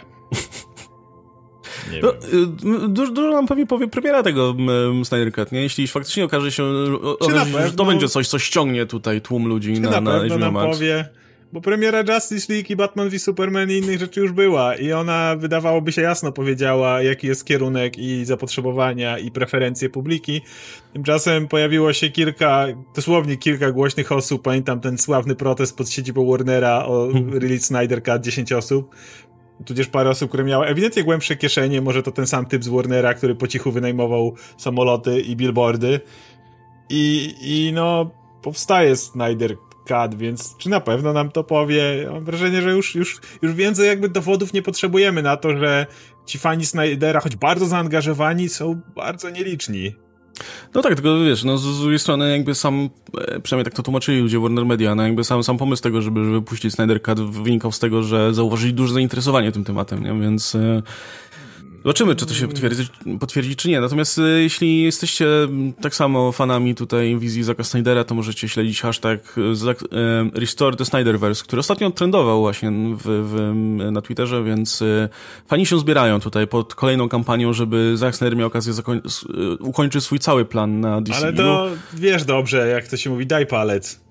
Nie no, wiem. Dużo, dużo nam pewnie powie premiera tego um, Snyder Cut, nie? Jeśli faktycznie okaże się, okaże się że to będzie coś, co ściągnie tutaj tłum ludzi czy na, na, na pewno H B O nam Max. Powie, bo premiera Justice League i Batman v Superman i innych rzeczy już była i ona, wydawałoby się, jasno powiedziała, jaki jest kierunek i zapotrzebowania i preferencje publiki. Tymczasem pojawiło się kilka, dosłownie kilka głośnych osób. Pamiętam ten sławny protest pod siedzibą Warnera o release Snyder Cut, dziesięć osób. Tudzież parę osób, które miały ewidentnie głębsze kieszenie, może to ten sam typ z Warnera, który po cichu wynajmował samoloty i billboardy. I, i no, powstaje Snyder Cut, więc czy na pewno nam to powie? Mam wrażenie, że już, już, już więcej jakby dowodów nie potrzebujemy na to, że ci fani Snydera, choć bardzo zaangażowani, są bardzo nieliczni. No tak, tylko wiesz, no z, z drugiej strony jakby sam, przynajmniej tak to tłumaczyli ludzie Warner Media, no jakby sam, sam pomysł tego, żeby, żeby puścić Snyder Cut wynikał z tego, że zauważyli duże zainteresowanie tym tematem, nie? Więc e, zobaczymy, czy to się potwierdzi, potwierdzi, czy nie. Natomiast e, jeśli jesteście tak samo fanami tutaj wizji Zacka Snydera, to możecie śledzić hashtag Zack, e, Restore the Snyderverse, który ostatnio trendował właśnie w, w, na Twitterze, więc e, fani się zbierają tutaj pod kolejną kampanią, żeby Zack Snyder miał okazję zakoń- ukończyć swój cały plan na D C U. Ale to wiesz dobrze, jak to się mówi, daj palec.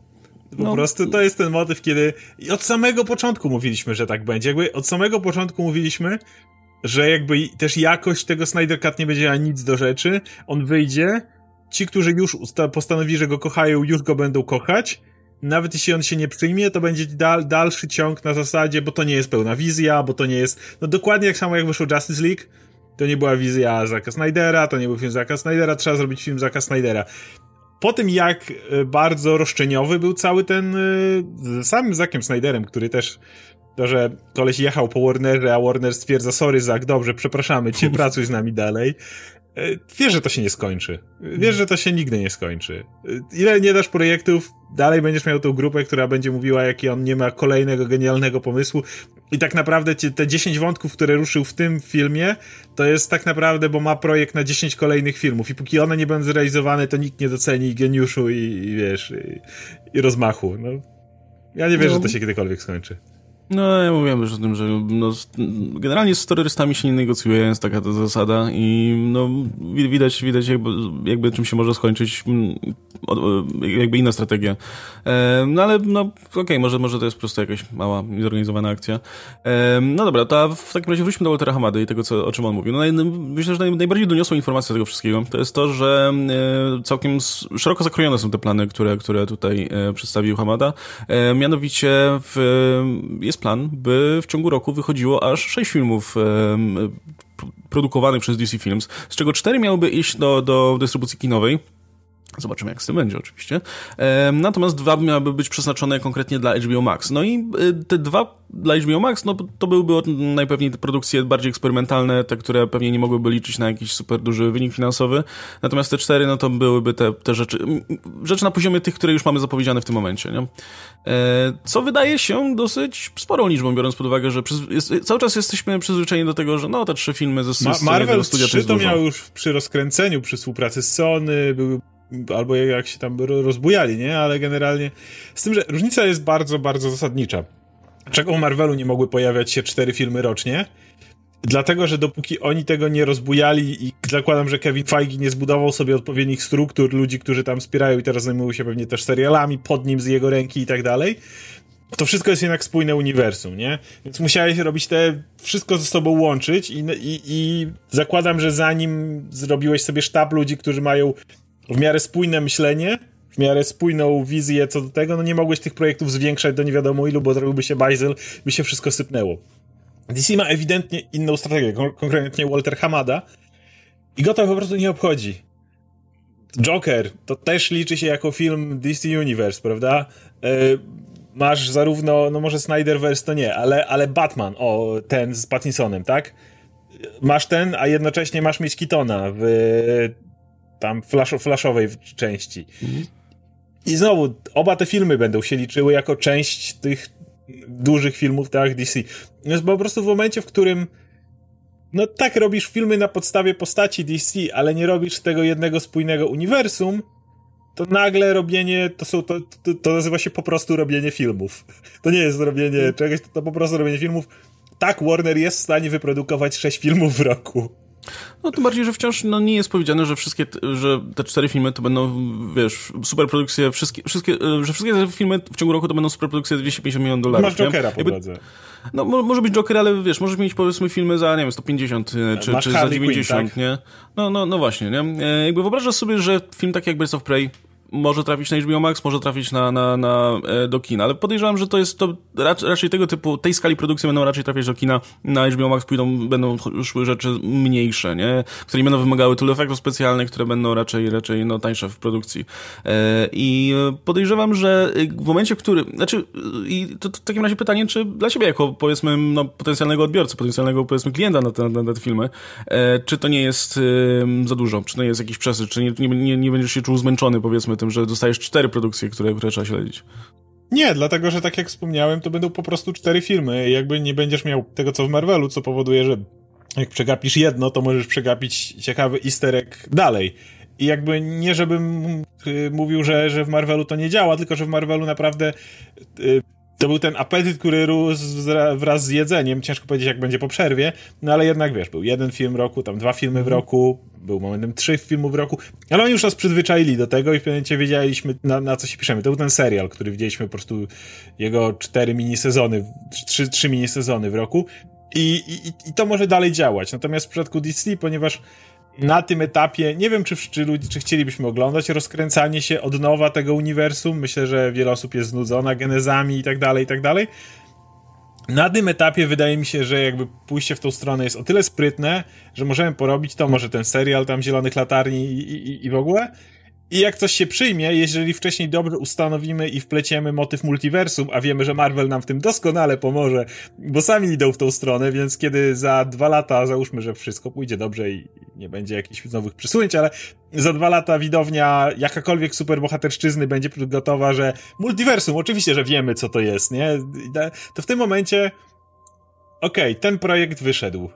Po no. prostu to jest ten motyw, kiedy i od samego początku mówiliśmy, że tak będzie. Jakby od samego początku mówiliśmy, że jakby też jakość tego Snyder Cut nie będzie miała nic do rzeczy. On wyjdzie, ci, którzy już postanowili, że go kochają, już go będą kochać. Nawet jeśli on się nie przyjmie, to będzie dal, dalszy ciąg na zasadzie, bo to nie jest pełna wizja, bo to nie jest... No dokładnie jak samo jak wyszło Justice League, to nie była wizja Zacka Snydera, to nie był film Zacka Snydera, trzeba zrobić film Zacka Snydera. Po tym, jak bardzo roszczeniowy był cały ten... z samym Zackiem Snyderem, który też... To, że koleś jechał po Warnerze, a Warner stwierdza, sorry Zack, dobrze, przepraszamy cię, pracuj z nami dalej. Wiesz, że to się nie skończy. Wiesz, że to się nigdy nie skończy. Ile nie dasz projektów, dalej będziesz miał tą grupę, która będzie mówiła, jaki on nie ma kolejnego genialnego pomysłu. I tak naprawdę te dziesięć wątków, które ruszył w tym filmie, to jest tak naprawdę, bo ma projekt na dziesięć kolejnych filmów. I póki one nie będą zrealizowane, to nikt nie doceni geniuszu i, i wiesz, i, i rozmachu. No, ja nie wierzę, no. że to się kiedykolwiek skończy. No, ja mówiłem już o tym, że no, generalnie z terrorystami się nie negocjuje, jest taka ta zasada i no, widać, widać jakby, jakby czym się może skończyć, jakby inna strategia. E, no ale, no okej, okay, może, może to jest po prostu jakaś mała, zorganizowana akcja. E, no dobra, to w takim razie wróćmy do Waltera Hamady i tego, co, o czym on mówił. No, naj, myślę, że naj, najbardziej doniosłą informacją tego wszystkiego to jest to, że e, całkiem szeroko zakrojone są te plany, które, które tutaj e, przedstawił Hamada. E, mianowicie w, jest plan, by w ciągu roku wychodziło aż sześć filmów e, produkowanych przez D C Films, z czego cztery miałyby iść do, do dystrybucji kinowej. Zobaczymy, jak z tym będzie oczywiście. E, natomiast dwa miałyby być przeznaczone konkretnie dla H B O Max. No i e, te dwa dla H B O Max, no to byłyby najpewniej te produkcje bardziej eksperymentalne, te, które pewnie nie mogłyby liczyć na jakiś super duży wynik finansowy. Natomiast te cztery, no to byłyby te, te rzeczy, rzeczy na poziomie tych, które już mamy zapowiedziane w tym momencie, nie? E, co wydaje się dosyć sporą liczbą, biorąc pod uwagę, że przyz- jest, cały czas jesteśmy przyzwyczajeni do tego, że no te trzy filmy ze, Ma- z Marvel studia trzy to, to miał już przy rozkręceniu, przy współpracy z Sony, były albo jak się tam rozbujali, nie? Ale generalnie z tym, że różnica jest bardzo, bardzo zasadnicza. Czego u Marvelu nie mogły pojawiać się cztery filmy rocznie? Dlatego, że dopóki oni tego nie rozbujali i zakładam, że Kevin Feige nie zbudował sobie odpowiednich struktur, ludzi, którzy tam wspierają i teraz zajmują się pewnie też serialami pod nim, z jego ręki i tak dalej, to wszystko jest jednak spójne uniwersum, nie? Więc musiałeś robić te, wszystko ze sobą łączyć i, i, i zakładam, że zanim zrobiłeś sobie sztab ludzi, którzy mają w miarę spójne myślenie, w miarę spójną wizję co do tego, no nie mogłeś tych projektów zwiększać do nie wiadomo ilu, bo zrobiłby się bajzel, by się wszystko sypnęło. D C ma ewidentnie inną strategię, kon- konkretnie Walter Hamada i go to po prostu nie obchodzi. Joker to też liczy się jako film D C Universe, prawda? Yy, masz zarówno, no może Snyderverse to nie, ale, ale Batman, o, ten z Pattinsonem, tak? Masz ten, a jednocześnie masz mieć Keatona w tam flash, flashowej części. Mhm. I znowu, oba te filmy będą się liczyły jako część tych dużych filmów, tak, D C. Więc po prostu w momencie, w którym no tak robisz filmy na podstawie postaci D C, ale nie robisz tego jednego spójnego uniwersum, to nagle robienie, to są, to, to, to nazywa się po prostu robienie filmów. To nie jest robienie czegoś, to, to po prostu robienie filmów. Tak, Warner jest w stanie wyprodukować sześć filmów w roku. No tym bardziej, że wciąż no, nie jest powiedziane, że wszystkie, że te cztery filmy to będą, wiesz, superprodukcje, wszystkie, wszystkie, że wszystkie te filmy w ciągu roku to będą superprodukcje dwieście pięćdziesiąt milionów dolarów. Masz Jokera po drodze. No może być Joker, ale wiesz, możesz mieć powiedzmy filmy za, nie wiem, sto pięćdziesiąt czy, czy za dziewięćdziesiąt, Queen, tak? Nie? No, no, no właśnie, nie? Jakby wyobrażasz sobie, że film taki jak Birds of Prey może trafić na H B O Max, może trafić na, na, na, do kina, ale podejrzewam, że to jest to raczej tego typu, tej skali produkcji będą raczej trafiać do kina, na H B O Max pójdą, będą szły rzeczy mniejsze, nie? Które nie będą wymagały tylu efektów specjalnych, które będą raczej, raczej no, tańsze w produkcji. I podejrzewam, że w momencie, w którym, znaczy, i to, to w takim razie pytanie, czy dla ciebie jako, powiedzmy, no, potencjalnego odbiorcy, potencjalnego, powiedzmy, klienta na te, na, na te filmy, czy to nie jest za dużo, czy to nie jest jakiś przesyt, czy nie, nie, nie będziesz się czuł zmęczony, powiedzmy, tym, że dostajesz cztery produkcje, które, które trzeba śledzić. Nie, dlatego, że tak jak wspomniałem, to będą po prostu cztery filmy. Jakby nie będziesz miał tego, co w Marvelu, co powoduje, że jak przegapisz jedno, to możesz przegapić ciekawy easter egg dalej. I jakby nie, żebym mówił, że, że w Marvelu to nie działa, tylko że w Marvelu naprawdę y, to był ten apetyt, który rósł wraz z jedzeniem, ciężko powiedzieć jak będzie po przerwie, no ale jednak wiesz, był jeden film w roku, tam dwa filmy w roku, był momentem trzy filmów w roku, ale oni już nas przyzwyczaili do tego i w pewnym momencie wiedzieliśmy na, na co się piszemy. To był ten serial, który widzieliśmy po prostu jego cztery minisezony, trzy, trzy minisezony w roku i, i, i to może dalej działać. Natomiast w przypadku D C, ponieważ na tym etapie, nie wiem, czy, czy, ludzi, czy chcielibyśmy oglądać rozkręcanie się od nowa tego uniwersum. Myślę, że wiele osób jest znudzona genezami i tak dalej, i tak dalej. Na tym etapie wydaje mi się, że jakby pójście w tą stronę jest o tyle sprytne, że możemy porobić to, może ten serial tam Zielonych Latarni i, i, i w ogóle. I jak coś się przyjmie, jeżeli wcześniej dobrze ustanowimy i wpleciemy motyw multiversum, a wiemy, że Marvel nam w tym doskonale pomoże, bo sami idą w tą stronę, więc kiedy za dwa lata, załóżmy, że wszystko pójdzie dobrze i nie będzie jakichś nowych przesunięć, ale za dwa lata widownia jakakolwiek superbohaterszczyzny będzie gotowa, że multiversum, oczywiście, że wiemy, co to jest, nie? To w tym momencie okej, okay, ten projekt wyszedł.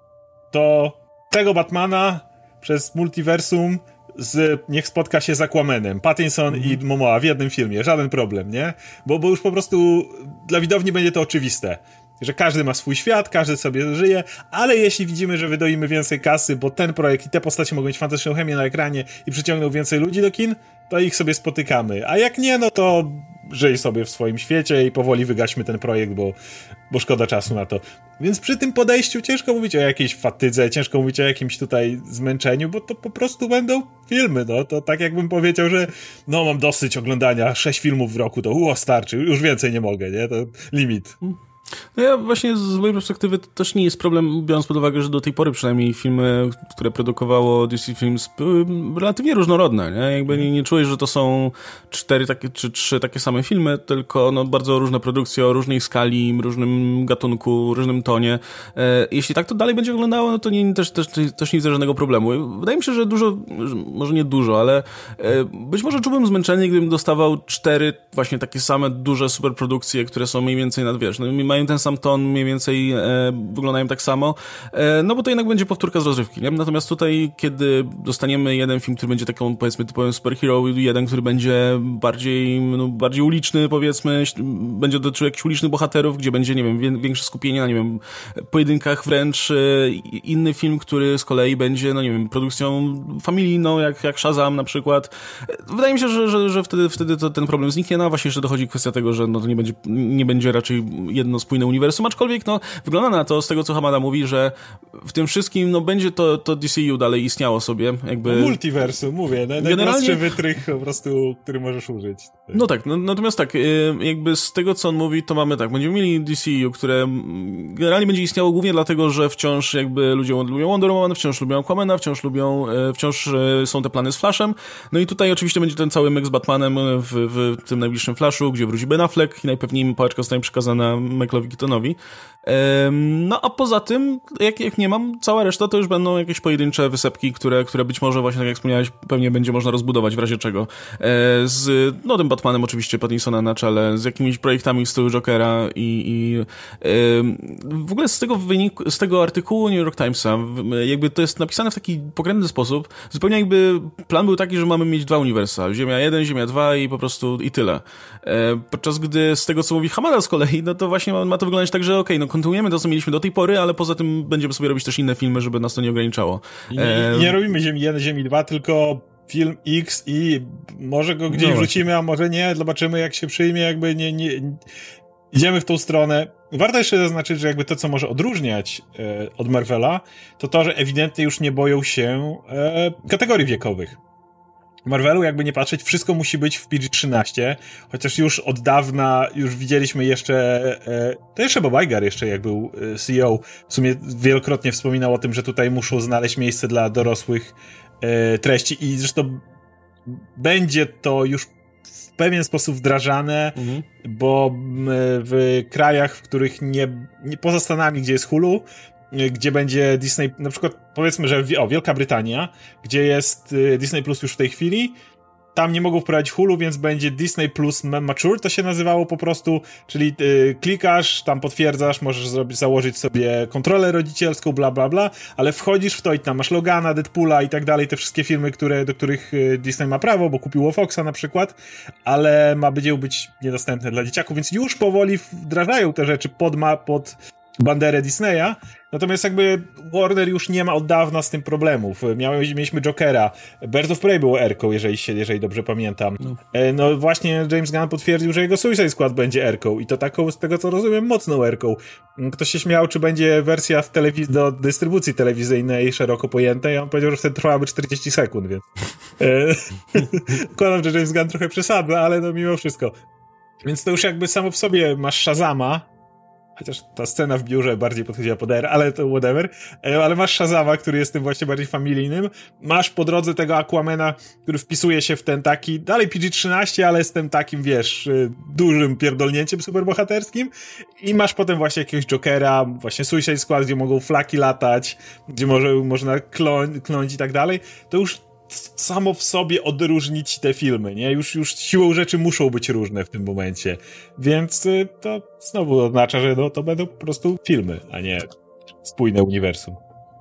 To tego Batmana przez multiversum z, niech spotka się z Aquamanem, Pattinson mm. i Momoa w jednym filmie, żaden problem, nie? Bo, bo już po prostu dla widowni będzie to oczywiste, że każdy ma swój świat, każdy sobie żyje, ale jeśli widzimy, że wydoimy więcej kasy, bo ten projekt i te postacie mogą mieć fantastyczną chemię na ekranie i przyciągną więcej ludzi do kin, to ich sobie spotykamy, a jak nie, no to żyj sobie w swoim świecie i powoli wygaśmy ten projekt, bo, bo szkoda czasu na to. Więc przy tym podejściu ciężko mówić o jakiejś fatydze, ciężko mówić o jakimś tutaj zmęczeniu, bo to po prostu będą filmy, no. To tak jakbym powiedział, że no mam dosyć oglądania sześć filmów w roku, to uo, starczy, już więcej nie mogę, nie? To limit. No ja właśnie z mojej perspektywy to też nie jest problem, biorąc pod uwagę, że do tej pory przynajmniej filmy, które produkowało D C Films, były relatywnie różnorodne, nie? Jakby nie, nie czułeś, że to są cztery takie, czy trzy takie same filmy, tylko no bardzo różne produkcje o różnej skali, różnym gatunku, różnym tonie. E, jeśli tak to dalej będzie oglądało, no to nie, też, też, też nie widzę żadnego problemu. Wydaje mi się, że dużo, może nie dużo, ale e, być może czułbym zmęczenie, gdybym dostawał cztery właśnie takie same duże superprodukcje, które są mniej więcej nad, wiesz, no, mają ten sam ton, mniej więcej e, wyglądają tak samo, e, no bo to jednak będzie powtórka z rozrywki, nie? Natomiast tutaj, kiedy dostaniemy jeden film, który będzie taką, powiedzmy, typowym superhero, jeden, który będzie bardziej, no, bardziej uliczny, powiedzmy, będzie dotyczył jakichś ulicznych bohaterów, gdzie będzie, nie wiem, większe skupienie na, nie wiem, pojedynkach wręcz, e, inny film, który z kolei będzie, no nie wiem, produkcją familijną, jak, jak Shazam na przykład. Wydaje mi się, że, że, że wtedy, wtedy to ten problem zniknie, no a właśnie jeszcze dochodzi kwestia tego, że no to nie będzie, nie będzie raczej jedno spójne uniwersum, aczkolwiek no, wygląda na to, z tego co Hamada mówi, że w tym wszystkim no, będzie to, to D C U dalej istniało sobie. Jakby... Multiversum, mówię, najprostszy generalnie... wytrych po prostu, który możesz użyć. No tak, no, natomiast tak, jakby z tego co on mówi, to mamy tak, będziemy mieli D C U, które generalnie będzie istniało głównie dlatego, że wciąż jakby ludzie lubią Wonder Woman, wciąż lubią Aquamana, wciąż lubią, wciąż są te plany z Flashem, no i tutaj oczywiście będzie ten cały myk z Batmanem w, w tym najbliższym Flashu, gdzie wróci Ben Affleck i najpewniej pałeczka zostanie przekazana Michaelowi Keatonowi. No a poza tym, jak, jak nie mam, cała reszta to już będą jakieś pojedyncze wysepki, które, które być może właśnie, tak jak wspomniałeś, pewnie będzie można rozbudować w razie czego. Z no tym Batmanem oczywiście Pattinsona na czele, z jakimiś projektami w stylu Jokera i, i w ogóle z tego wyniku, z tego artykułu New York Timesa, jakby to jest napisane w taki pokrętny sposób, zupełnie jakby plan był taki, że mamy mieć dwa uniwersa, Ziemia jeden, Ziemia dwa i po prostu i tyle. Podczas gdy z tego, co mówi Hamada z kolei, no to właśnie ma, ma to wyglądać tak, że okej, okay, no kontynuujemy to, co mieliśmy do tej pory, ale poza tym będziemy sobie robić też inne filmy, żeby nas to nie ograniczało. I nie, e... nie robimy Ziemi jeden, Ziemi dwa, tylko film X i może go gdzieś no wrzucimy, a może nie, zobaczymy jak się przyjmie, jakby nie, nie... Idziemy w tą stronę. Warto jeszcze zaznaczyć, że jakby to, co może odróżniać e, od Marvela, to to, że ewidentnie już nie boją się e, kategorii wiekowych. W Marvelu, jakby nie patrzeć, wszystko musi być w P G trzynaście, chociaż już od dawna, już widzieliśmy jeszcze, e, to jeszcze Bob Iger jeszcze jak był e, C E O, w sumie wielokrotnie wspominał o tym, że tutaj muszą znaleźć miejsce dla dorosłych e, treści i zresztą będzie to już w pewien sposób wdrażane, mhm. bo w krajach, w których nie, nie poza Stanami, gdzie jest Hulu, gdzie będzie Disney, na przykład powiedzmy, że o, Wielka Brytania, gdzie jest Disney Plus już w tej chwili, tam nie mogą wprowadzić Hulu, więc będzie Disney Plus Mature, to się nazywało po prostu, czyli y, klikasz, tam potwierdzasz, możesz zrobić, założyć sobie kontrolę rodzicielską, bla, bla, bla, ale wchodzisz w to i tam masz Logana, Deadpoola i tak dalej, te wszystkie filmy, które, do których y, Disney ma prawo, bo kupiło Foxa na przykład, ale ma będzie być niedostępne dla dzieciaków, więc już powoli wdrażają te rzeczy pod, ma, pod banderę Disneya, natomiast jakby Warner już nie ma od dawna z tym problemów. Miałem, mieliśmy Jokera, Birds of Prey było erką, jeżeli, się, jeżeli dobrze pamiętam. No. no właśnie James Gunn potwierdził, że jego Suicide Squad będzie erką i to taką, z tego co rozumiem, mocną erką. Ktoś się śmiał, czy będzie wersja w telewiz- do dystrybucji telewizyjnej szeroko pojętej, a on powiedział, że wtedy trwałaby czterdzieści sekund, więc zakładam, że James Gunn trochę przesadza, ale no mimo wszystko. Więc to już jakby samo w sobie masz Shazama, chociaż ta scena w biurze bardziej podchodziła pod R, ale to whatever. Ale masz Shazama, który jest tym właśnie bardziej familijnym. Masz po drodze tego Aquamana, który wpisuje się w ten taki, dalej P G trzynaście, ale z tym takim, wiesz, dużym pierdolnięciem superbohaterskim. I masz potem właśnie jakiegoś Jokera, właśnie Suicide Squad, gdzie mogą flaki latać, gdzie może, można klon, kląć i tak dalej. To już samo w sobie odróżnić te filmy, nie? Już, już siłą rzeczy muszą być różne w tym momencie. Więc to znowu oznacza, że no, to będą po prostu filmy, a nie spójne uniwersum.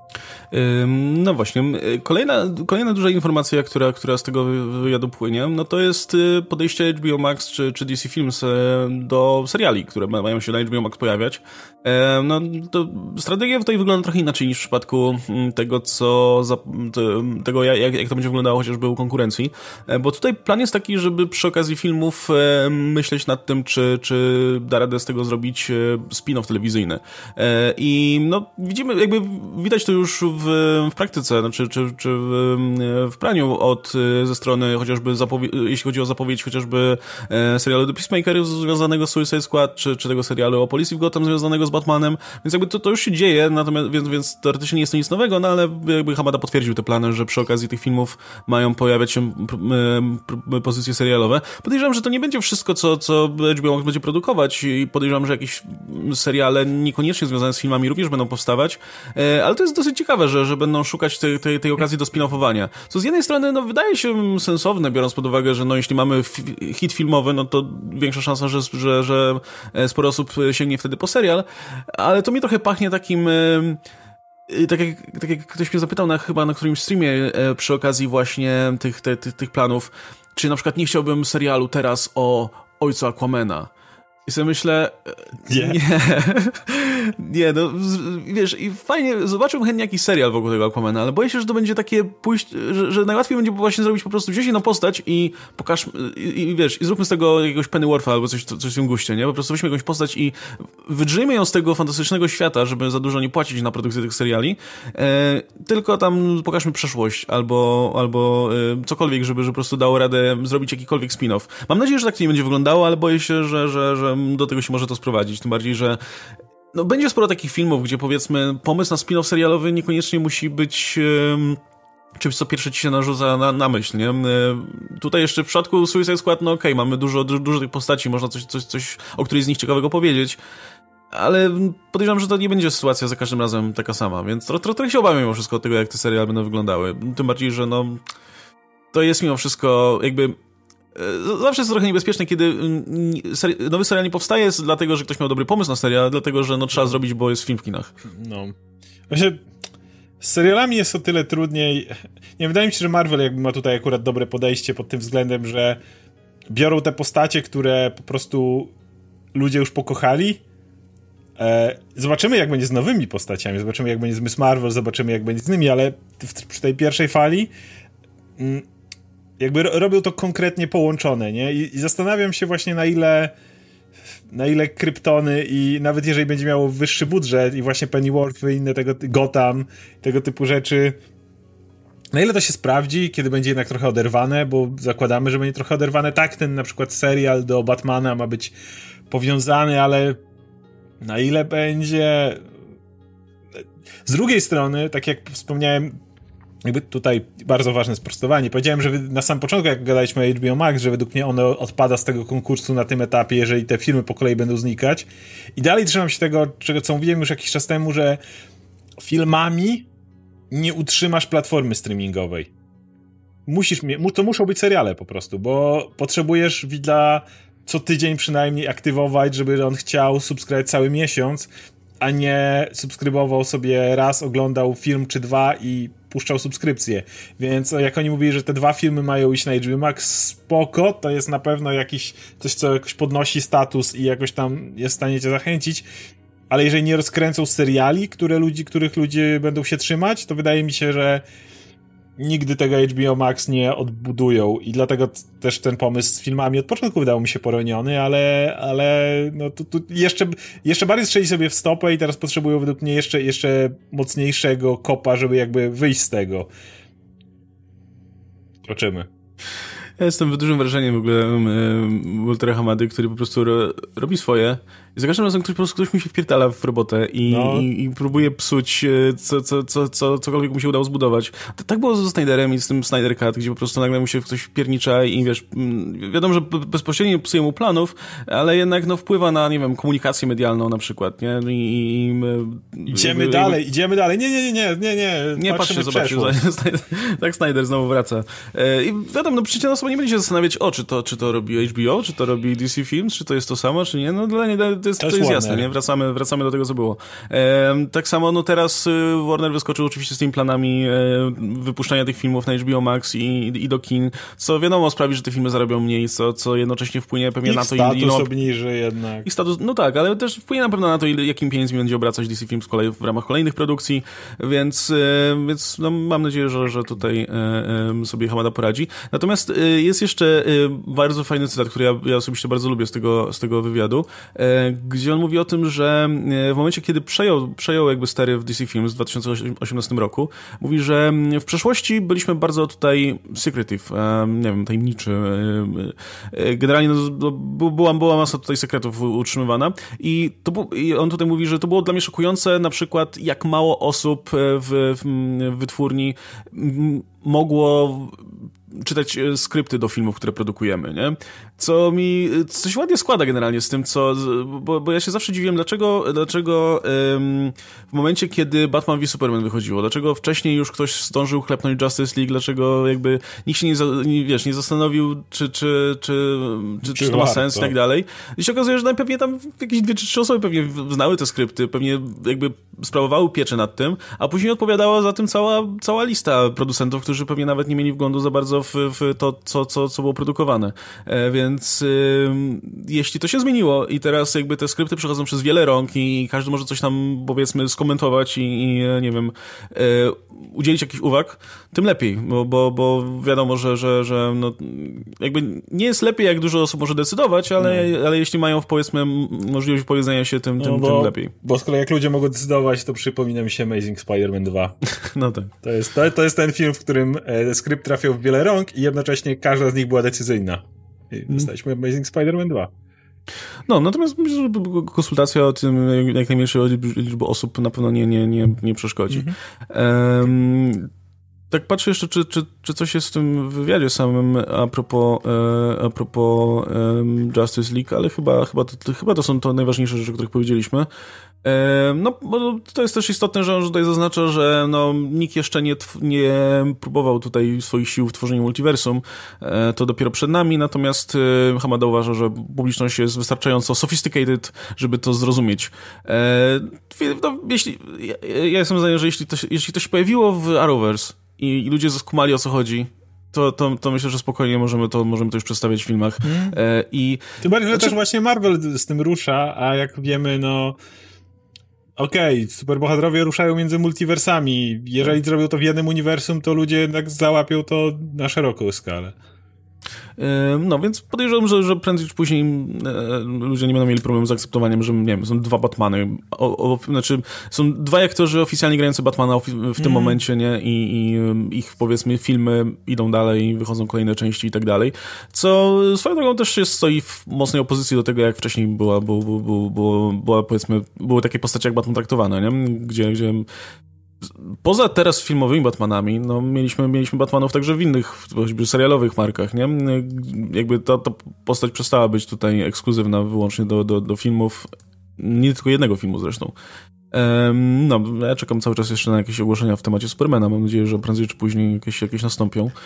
No właśnie, kolejna, kolejna duża informacja, która, która z tego wywiadu płynie, no to jest podejście H B O Max czy, czy D C Films do seriali, które mają się na H B O Max pojawiać. No to strategia tutaj wygląda trochę inaczej niż w przypadku tego, co za, tego jak, jak to będzie wyglądało chociażby u konkurencji, bo tutaj plan jest taki, żeby przy okazji filmów myśleć nad tym, czy, czy da radę z tego zrobić spin-off telewizyjny. I no widzimy, jakby widać to już w, w praktyce, znaczy, czy, czy w, w praniu od, ze strony chociażby, zapowie- jeśli chodzi o zapowiedź chociażby serialu The Peacemaker związanego z Suicide Squad, czy, czy tego serialu o Policji w Gotham związanego z Batmanem, więc jakby to, to już się dzieje, natomiast, więc, więc teoretycznie nie jest to nic nowego, no ale jakby Hamada potwierdził te plany, że przy okazji tych filmów mają pojawiać się p- p- pozycje serialowe. Podejrzewam, że to nie będzie wszystko, co, co H B O będzie produkować i podejrzewam, że jakieś seriale niekoniecznie związane z filmami również będą powstawać, ale to jest dosyć ciekawe, że, że będą szukać tej, tej, tej okazji do spin-offowania. Co z jednej strony no, wydaje się sensowne, biorąc pod uwagę, że no, jeśli mamy f- hit filmowy, no to większa szansa, że, że, że sporo osób sięgnie wtedy po serial, ale to mi trochę pachnie takim... Yy, Tak jak, tak jak ktoś mnie zapytał na, chyba na którymś streamie e, przy okazji właśnie tych, te, tych, tych planów, czy na przykład nie chciałbym serialu teraz o ojcu Aquamana. I sobie myślę, nie, nie, nie no, wiesz, i fajnie, zobaczyłbym chętnie jakiś serial wokół tego Aquamana, ale boję się, że to będzie takie pójść, że, że najłatwiej będzie właśnie zrobić po prostu, wziąć jedną postać i pokaż, i, i wiesz, i zróbmy z tego jakiegoś Pennywortha albo coś, coś w tym guście, nie? Po prostu weźmy jakąś postać i wydrzyjmy ją z tego fantastycznego świata, żeby za dużo nie płacić na produkcję tych seriali, e, tylko tam pokażmy przeszłość albo, albo e, cokolwiek, żeby, żeby po prostu dało radę zrobić jakikolwiek spin-off. Mam nadzieję, że tak to nie będzie wyglądało, ale boję się, że, że, że do tego się może to sprowadzić, tym bardziej, że no, będzie sporo takich filmów, gdzie powiedzmy pomysł na spin-off serialowy niekoniecznie musi być um, czymś, co pierwsze ci się narzuca na, na myśl, nie? Tutaj jeszcze w przypadku Suicide Squad, no okej, okay, mamy dużo, dużo, dużo tych postaci, można coś, coś, coś o którejś z nich ciekawego powiedzieć, ale podejrzewam, że to nie będzie sytuacja za każdym razem taka sama, więc tro, tro, trochę się obawiam mimo wszystko od tego, jak te seriale będą wyglądały. Tym bardziej, że no to jest mimo wszystko jakby zawsze jest trochę niebezpieczne, kiedy nowy serial nie powstaje dlatego, że ktoś miał dobry pomysł na serial, ale dlatego, że no trzeba zrobić, bo jest film w kinach. No. Właśnie z serialami jest o tyle trudniej. Nie, wydaje mi się, że Marvel jakby ma tutaj akurat dobre podejście pod tym względem, że biorą te postacie, które po prostu ludzie już pokochali. Zobaczymy, jak będzie z nowymi postaciami, zobaczymy, jak będzie z Miss Marvel, zobaczymy, jak będzie z nimi, ale w, przy tej pierwszej fali jakby robią to konkretnie połączone, nie? I, i zastanawiam się właśnie, na ile na ile Kryptony i nawet jeżeli będzie miało wyższy budżet i właśnie Pennyworth i inne tego, Gotham, tego typu rzeczy, na ile to się sprawdzi, kiedy będzie jednak trochę oderwane, bo zakładamy, że będzie trochę oderwane. Tak, ten na przykład serial do Batmana ma być powiązany, ale na ile będzie... Z drugiej strony, tak jak wspomniałem, jakby tutaj bardzo ważne sprostowanie. Powiedziałem, że na sam początku, jak gadaliśmy o H B O Max, że według mnie ono odpada z tego konkursu na tym etapie, jeżeli te filmy po kolei będą znikać. I dalej trzymam się tego, czego co mówiłem już jakiś czas temu, że filmami nie utrzymasz platformy streamingowej. musisz, to muszą być seriale po prostu, bo potrzebujesz widza co tydzień przynajmniej aktywować, żeby on chciał subskrybować cały miesiąc, a nie subskrybował sobie raz, oglądał film czy dwa i puszczał subskrypcję. Więc jak oni mówili, że te dwa filmy mają iść na H B O Max, spoko, to jest na pewno jakiś coś, co jakoś podnosi status i jakoś tam jest w stanie cię zachęcić, ale jeżeli nie rozkręcą seriali, które ludzi, których ludzie będą się trzymać, to wydaje mi się, że nigdy tego H B O Max nie odbudują i dlatego t- też ten pomysł z filmami od początku wydawał mi się poroniony, ale, ale no tu, tu jeszcze, jeszcze bardziej strzeli sobie w stopę i teraz potrzebują według mnie jeszcze, jeszcze mocniejszego kopa, żeby jakby wyjść z tego. Zobaczymy. Ja jestem pod dużym wrażeniem w ogóle um, Waltera Hamady, który po prostu ro, robi swoje. I za każdym razem ktoś, po prostu ktoś mi się wpierdala w robotę i, no. i, i próbuje psuć co, co, co, co, cokolwiek mu się udało zbudować. To, tak było ze Snyderem i z tym Snyder Cut, gdzie po prostu nagle mu się ktoś wpiernicza i wiesz, wiadomo, że bezpośrednio psuje mu planów, ale jednak no, wpływa na, nie wiem, komunikację medialną na przykład, nie? I, i, idziemy i, dalej, i, idziemy dalej. Nie, nie, nie, nie, nie, nie. Nie, patrzcie, zobaczcie. Tak Snyder znowu wraca. I wiadomo, no przecież osoba nie będzie się zastanawiać, o, czy to, czy to robi H B O, czy to robi D C Films, czy to jest to samo, czy nie. No dla nie, to jest, to jest, to jest jasne, nie? Wracamy, wracamy do tego, co było. E, tak samo, no teraz Warner wyskoczył oczywiście z tymi planami e, wypuszczania tych filmów na H B O Max i, i do kin, co wiadomo sprawi, że te filmy zarabią mniej, co, co jednocześnie wpłynie pewnie ich na to, status ile... obniży jednak. Ich status, no tak, ale też wpłynie na pewno na to, ile, jakim pieniędzmi będzie obracać D C Films kolej, w ramach kolejnych produkcji, więc, e, więc no, mam nadzieję, że, że tutaj e, e, sobie Hamada poradzi. Natomiast e, jest jeszcze e, bardzo fajny cytat, który ja, ja osobiście bardzo lubię z tego, z tego wywiadu, e, gdzie on mówi o tym, że w momencie, kiedy przejął, przejął jakby stery w D C Films w dwa tysiące osiemnastym roku, mówi, że w przeszłości byliśmy bardzo tutaj secretive, nie wiem, tajemniczy. Generalnie no, była, była masa tutaj sekretów utrzymywana i, to był, i on tutaj mówi, że to było dla mnie szokujące, na przykład jak mało osób w, w wytwórni mogło czytać skrypty do filmów, które produkujemy, nie? Co mi coś ładnie składa generalnie z tym, co... Bo, bo ja się zawsze dziwiłem, dlaczego, dlaczego ym, w momencie, kiedy Batman v Superman wychodziło, dlaczego wcześniej już ktoś zdążył klepnąć Justice League, dlaczego jakby nikt się nie, nie, wiesz, nie zastanowił, czy, czy, czy, czy, czy to ma sens i tak dalej. I się okazuje, że najpewniej tam jakieś dwie czy trzy osoby pewnie znały te skrypty, pewnie jakby sprawowały pieczę nad tym, a później odpowiadała za tym cała, cała lista producentów, którzy pewnie nawet nie mieli wglądu za bardzo w, w to, co, co, co było produkowane. E, więc y, jeśli to się zmieniło i teraz jakby te skrypty przechodzą przez wiele rąk i każdy może coś tam, powiedzmy, skomentować i, i nie wiem, y, udzielić jakichś uwag, tym lepiej, bo, bo, bo wiadomo, że, że, że no, jakby nie jest lepiej, jak dużo osób może decydować, ale, no. ale jeśli mają, powiedzmy, możliwość powiedzenia się, tym, tym, no bo, tym lepiej. Bo z kolei jak ludzie mogą decydować, to przypomina mi się Amazing Spider-Man dwa. No tak. To jest, to, to jest ten film, w którym e, skrypt trafiał w wiele rąk i jednocześnie każda z nich była decyzyjna. I dostaliśmy hmm. Amazing Spider-Man dwa. No, natomiast myślę, że konsultacja o tym, jak najmniejszej liczby osób na pewno nie, nie, nie, nie przeszkodzi. Mm-hmm. Um, tak patrzę jeszcze, czy, czy, czy coś jest w tym wywiadzie samym a propos, e, a propos um, Justice League, ale chyba, chyba, to, chyba to są to najważniejsze rzeczy, o których powiedzieliśmy. E, no, bo to jest też istotne, że on tutaj zaznacza, że no, nikt jeszcze nie, tw- nie próbował tutaj swoich sił w tworzeniu multiversum. E, to dopiero przed nami, natomiast e, Hamada uważa, że publiczność jest wystarczająco sophisticated, żeby to zrozumieć. E, no, jeśli, ja, ja jestem zdania, że jeśli to, jeśli to się pojawiło w Arrowverse i, i ludzie zaskumali, o co chodzi, To, to, to myślę, że spokojnie możemy to, możemy to już przedstawiać w filmach. Mm. E, i, Tym bardziej, że znaczy... też właśnie Marvel z tym rusza, a jak wiemy, no okej, okay, superbohaterowie ruszają między multiversami. Jeżeli zrobią to w jednym uniwersum, to ludzie jednak załapią to na szeroką skalę. No, więc podejrzewam, że, że prędzej czy później e, ludzie nie będą mieli problemu z akceptowaniem, że nie wiem, są dwa Batmany. O, o, znaczy, są dwaj aktorzy oficjalnie grający Batmana w, w tym mm. momencie, nie? I, I ich, powiedzmy, filmy idą dalej, wychodzą kolejne części i tak dalej. Co swoją drogą też jest, stoi w mocnej opozycji do tego, jak wcześniej była, było, było, było, była, powiedzmy, były takie postacie jak Batman traktowane, nie? Gdzie, gdzie poza teraz filmowymi Batmanami, no mieliśmy, mieliśmy Batmanów także w innych, choćby serialowych markach, nie? Jakby ta, ta postać przestała być tutaj ekskluzywna wyłącznie do, do, do filmów, nie tylko jednego filmu zresztą. Um, no, ja czekam cały czas jeszcze na jakieś ogłoszenia w temacie Supermana, mam nadzieję, że prędzej czy później jakieś, jakieś nastąpią.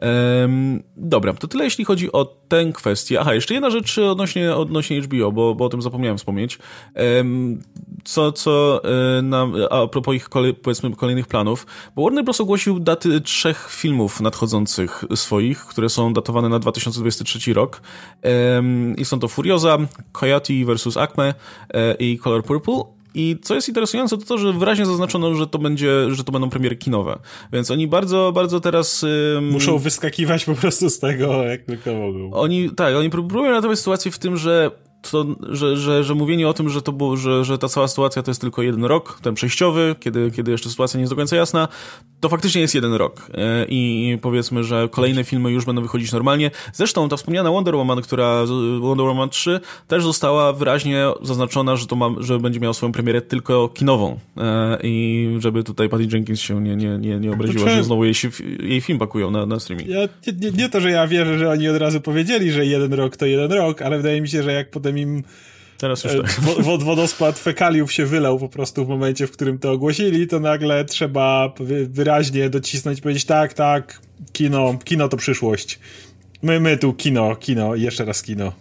Um, dobra, to tyle jeśli chodzi o tę kwestię. Aha, jeszcze jedna rzecz odnośnie, odnośnie H B O, bo, bo o tym zapomniałem wspomnieć. Um, co, co nam, a propos ich kolej, powiedzmy kolejnych planów, bo Warner Bros. Ogłosił daty trzech filmów nadchodzących swoich, które są datowane na dwa tysiące dwudziesty trzeci rok. Um, I są to Furiosa, Coyote versus Acme e, i Color Purple. I co jest interesujące, to to, że wyraźnie zaznaczono, że to będzie, że to będą premiery kinowe. Więc oni bardzo, bardzo teraz... Ym... Muszą wyskakiwać po prostu z tego, jak tylko mogą. Oni, tak, oni próbują ratować sytuację w tym, że to, że, że, że mówienie o tym, że to było, że, że ta cała sytuacja to jest tylko jeden rok, ten przejściowy, kiedy, kiedy jeszcze sytuacja nie jest do końca jasna, to faktycznie jest jeden rok. I powiedzmy, że kolejne filmy już będą wychodzić normalnie. Zresztą ta wspomniana Wonder Woman, która Wonder Woman trzy też została wyraźnie zaznaczona, że to ma, że będzie miała swoją premierę tylko kinową. I żeby tutaj Patty Jenkins się nie, nie, nie, nie obraziła, że znowu jej, jej film pakują na, na streaming. Ja, nie, nie to, że ja wierzę, że oni od razu powiedzieli, że jeden rok to jeden rok, ale wydaje mi się, że jak potem im Teraz już tak. Wod, wodospad fekaliów się wylał po prostu w momencie, w którym to ogłosili, to nagle trzeba wyraźnie docisnąć i powiedzieć tak, tak, kino, kino to przyszłość. My, my tu kino, kino i jeszcze raz kino.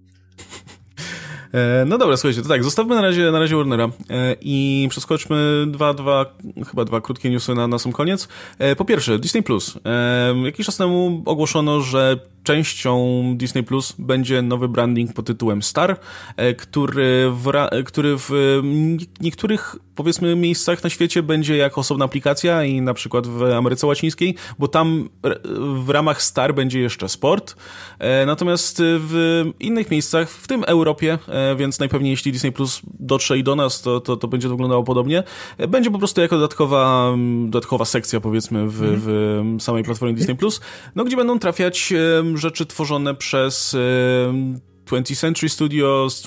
No dobra, słuchajcie, to tak, zostawmy na razie, na razie Warnera i przeskoczmy dwa, dwa, chyba dwa krótkie newsy na, na sam koniec. Po pierwsze, Disney Plus. Jakiś czas temu ogłoszono, że częścią Disney Plus będzie nowy branding pod tytułem Star, który w, który w niektórych, powiedzmy, miejscach na świecie będzie jako osobna aplikacja i na przykład w Ameryce Łacińskiej, bo tam w ramach Star będzie jeszcze sport. Natomiast w innych miejscach, w tym Europie, więc najpewniej jeśli Disney Plus dotrze i do nas, to, to, to będzie to wyglądało podobnie. Będzie po prostu jako dodatkowa, dodatkowa sekcja, powiedzmy, w, w samej platformie Disney Plus, no gdzie będą trafiać rzeczy tworzone przez twentieth Century Studios,